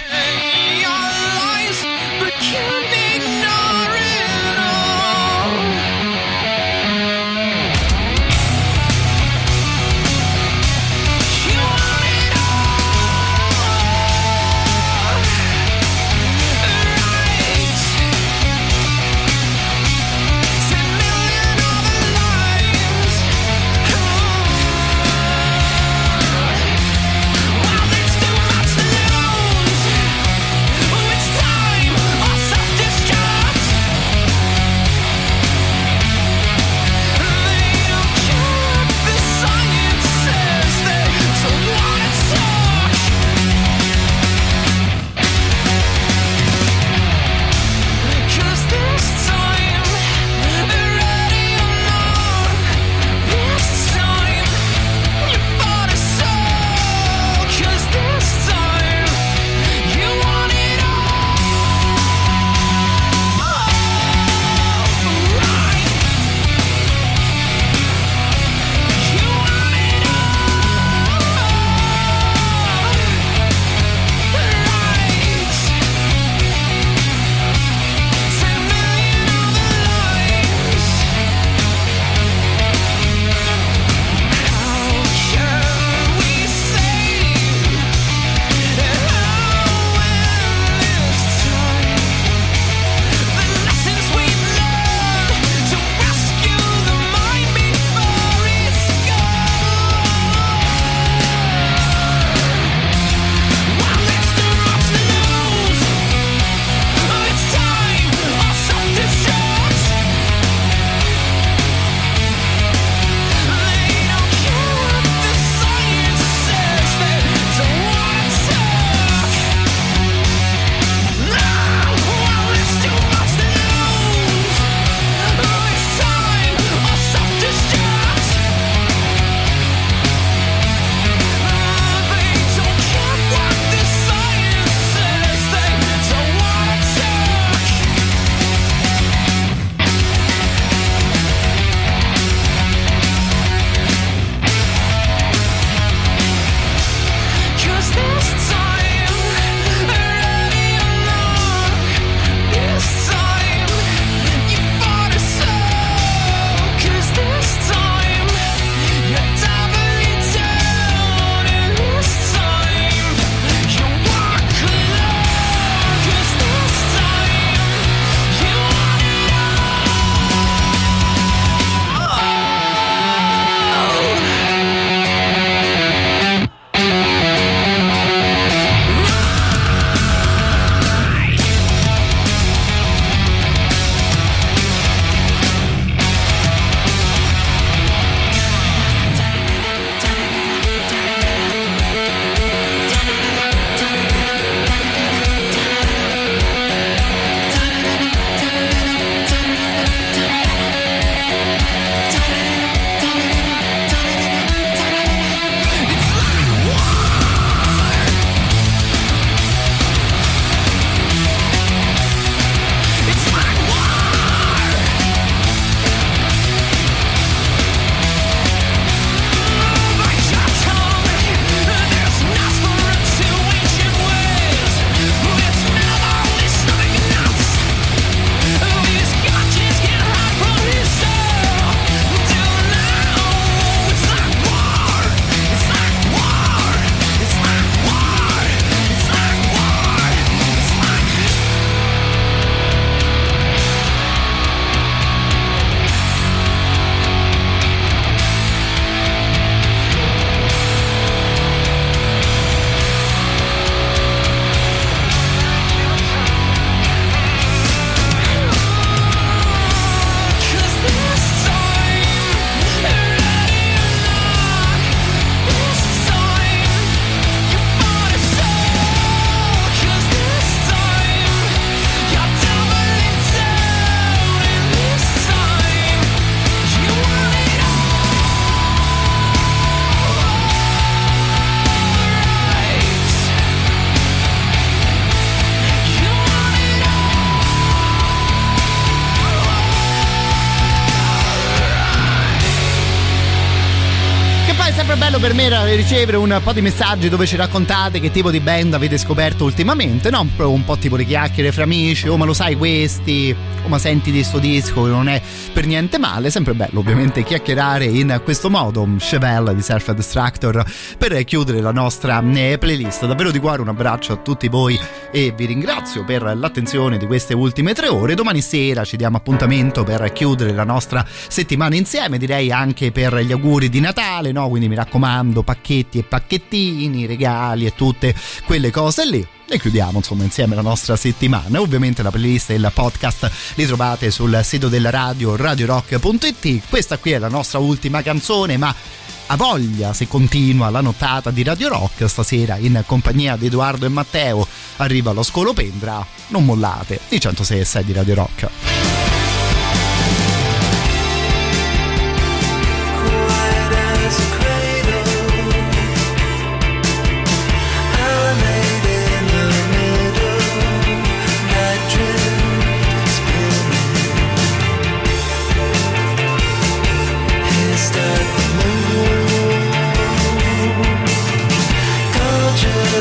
bello per me era ricevere un po' di messaggi dove ci raccontate che tipo di band avete scoperto ultimamente, no? Un po' tipo le chiacchiere fra amici, ma lo sai questi, ma senti di sto disco che non è per niente male. Sempre bello ovviamente chiacchierare in questo modo. Chevelle di Self Destructor per chiudere la nostra playlist. Davvero di cuore un abbraccio a tutti voi e vi ringrazio per l'attenzione di queste ultime 3 ore. Domani sera ci diamo appuntamento per chiudere la nostra settimana insieme, direi anche per gli auguri di Natale, no? Quindi mi raccomando, pacchetti e pacchettini, regali e tutte quelle cose lì. E chiudiamo insomma insieme la nostra settimana. Ovviamente la playlist e il podcast li trovate sul sito della radio, radiorock.it. Questa qui è la nostra ultima canzone, ma a voglia se continua la nottata di Radio Rock. Stasera in compagnia di Edoardo e Matteo arriva lo Scolopendra. Non mollate, i 106.6 di Radio Rock.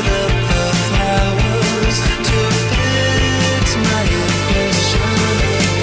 Flowers to fix my impression.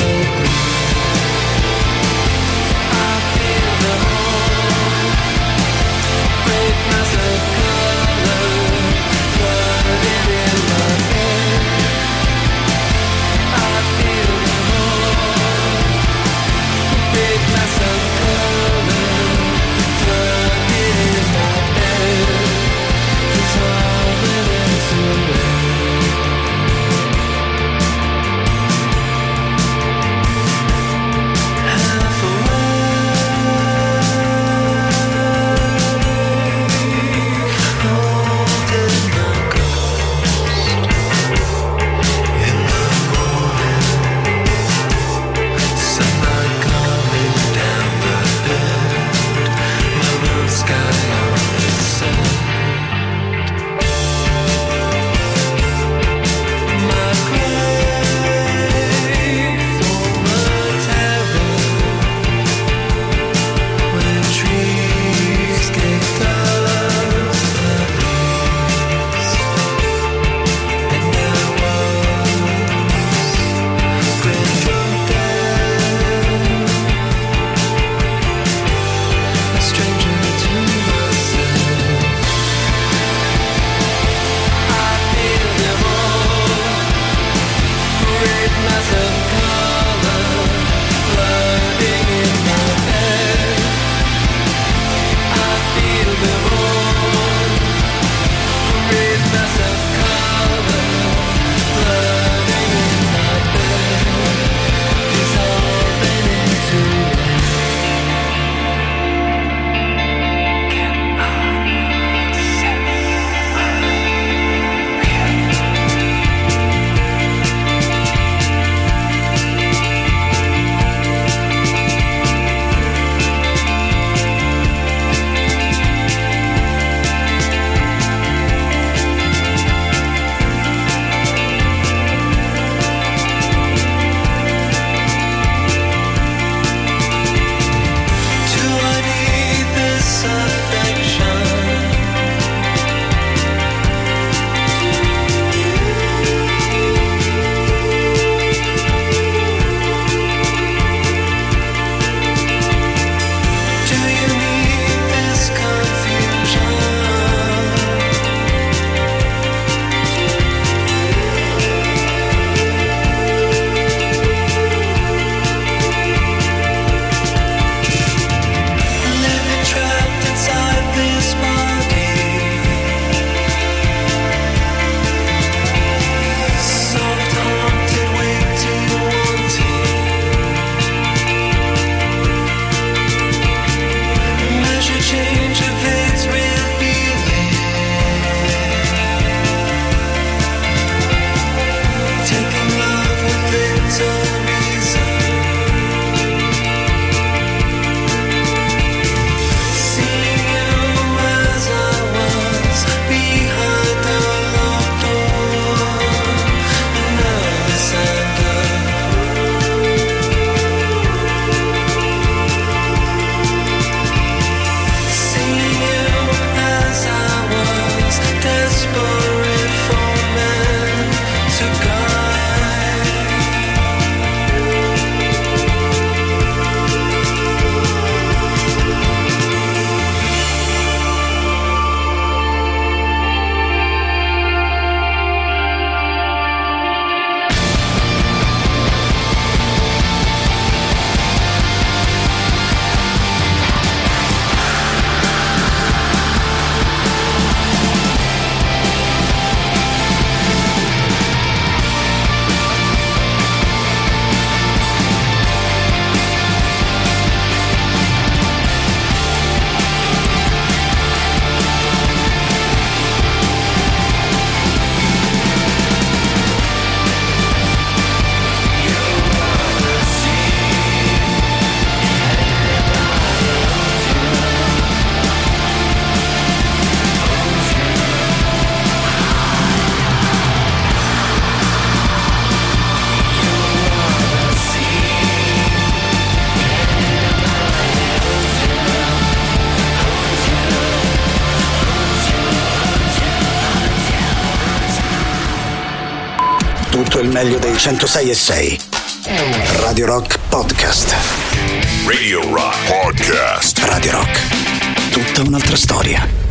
Tutto il meglio dei 106.6. Radio Rock Podcast. Radio Rock Podcast. Radio Rock. Tutta un'altra storia.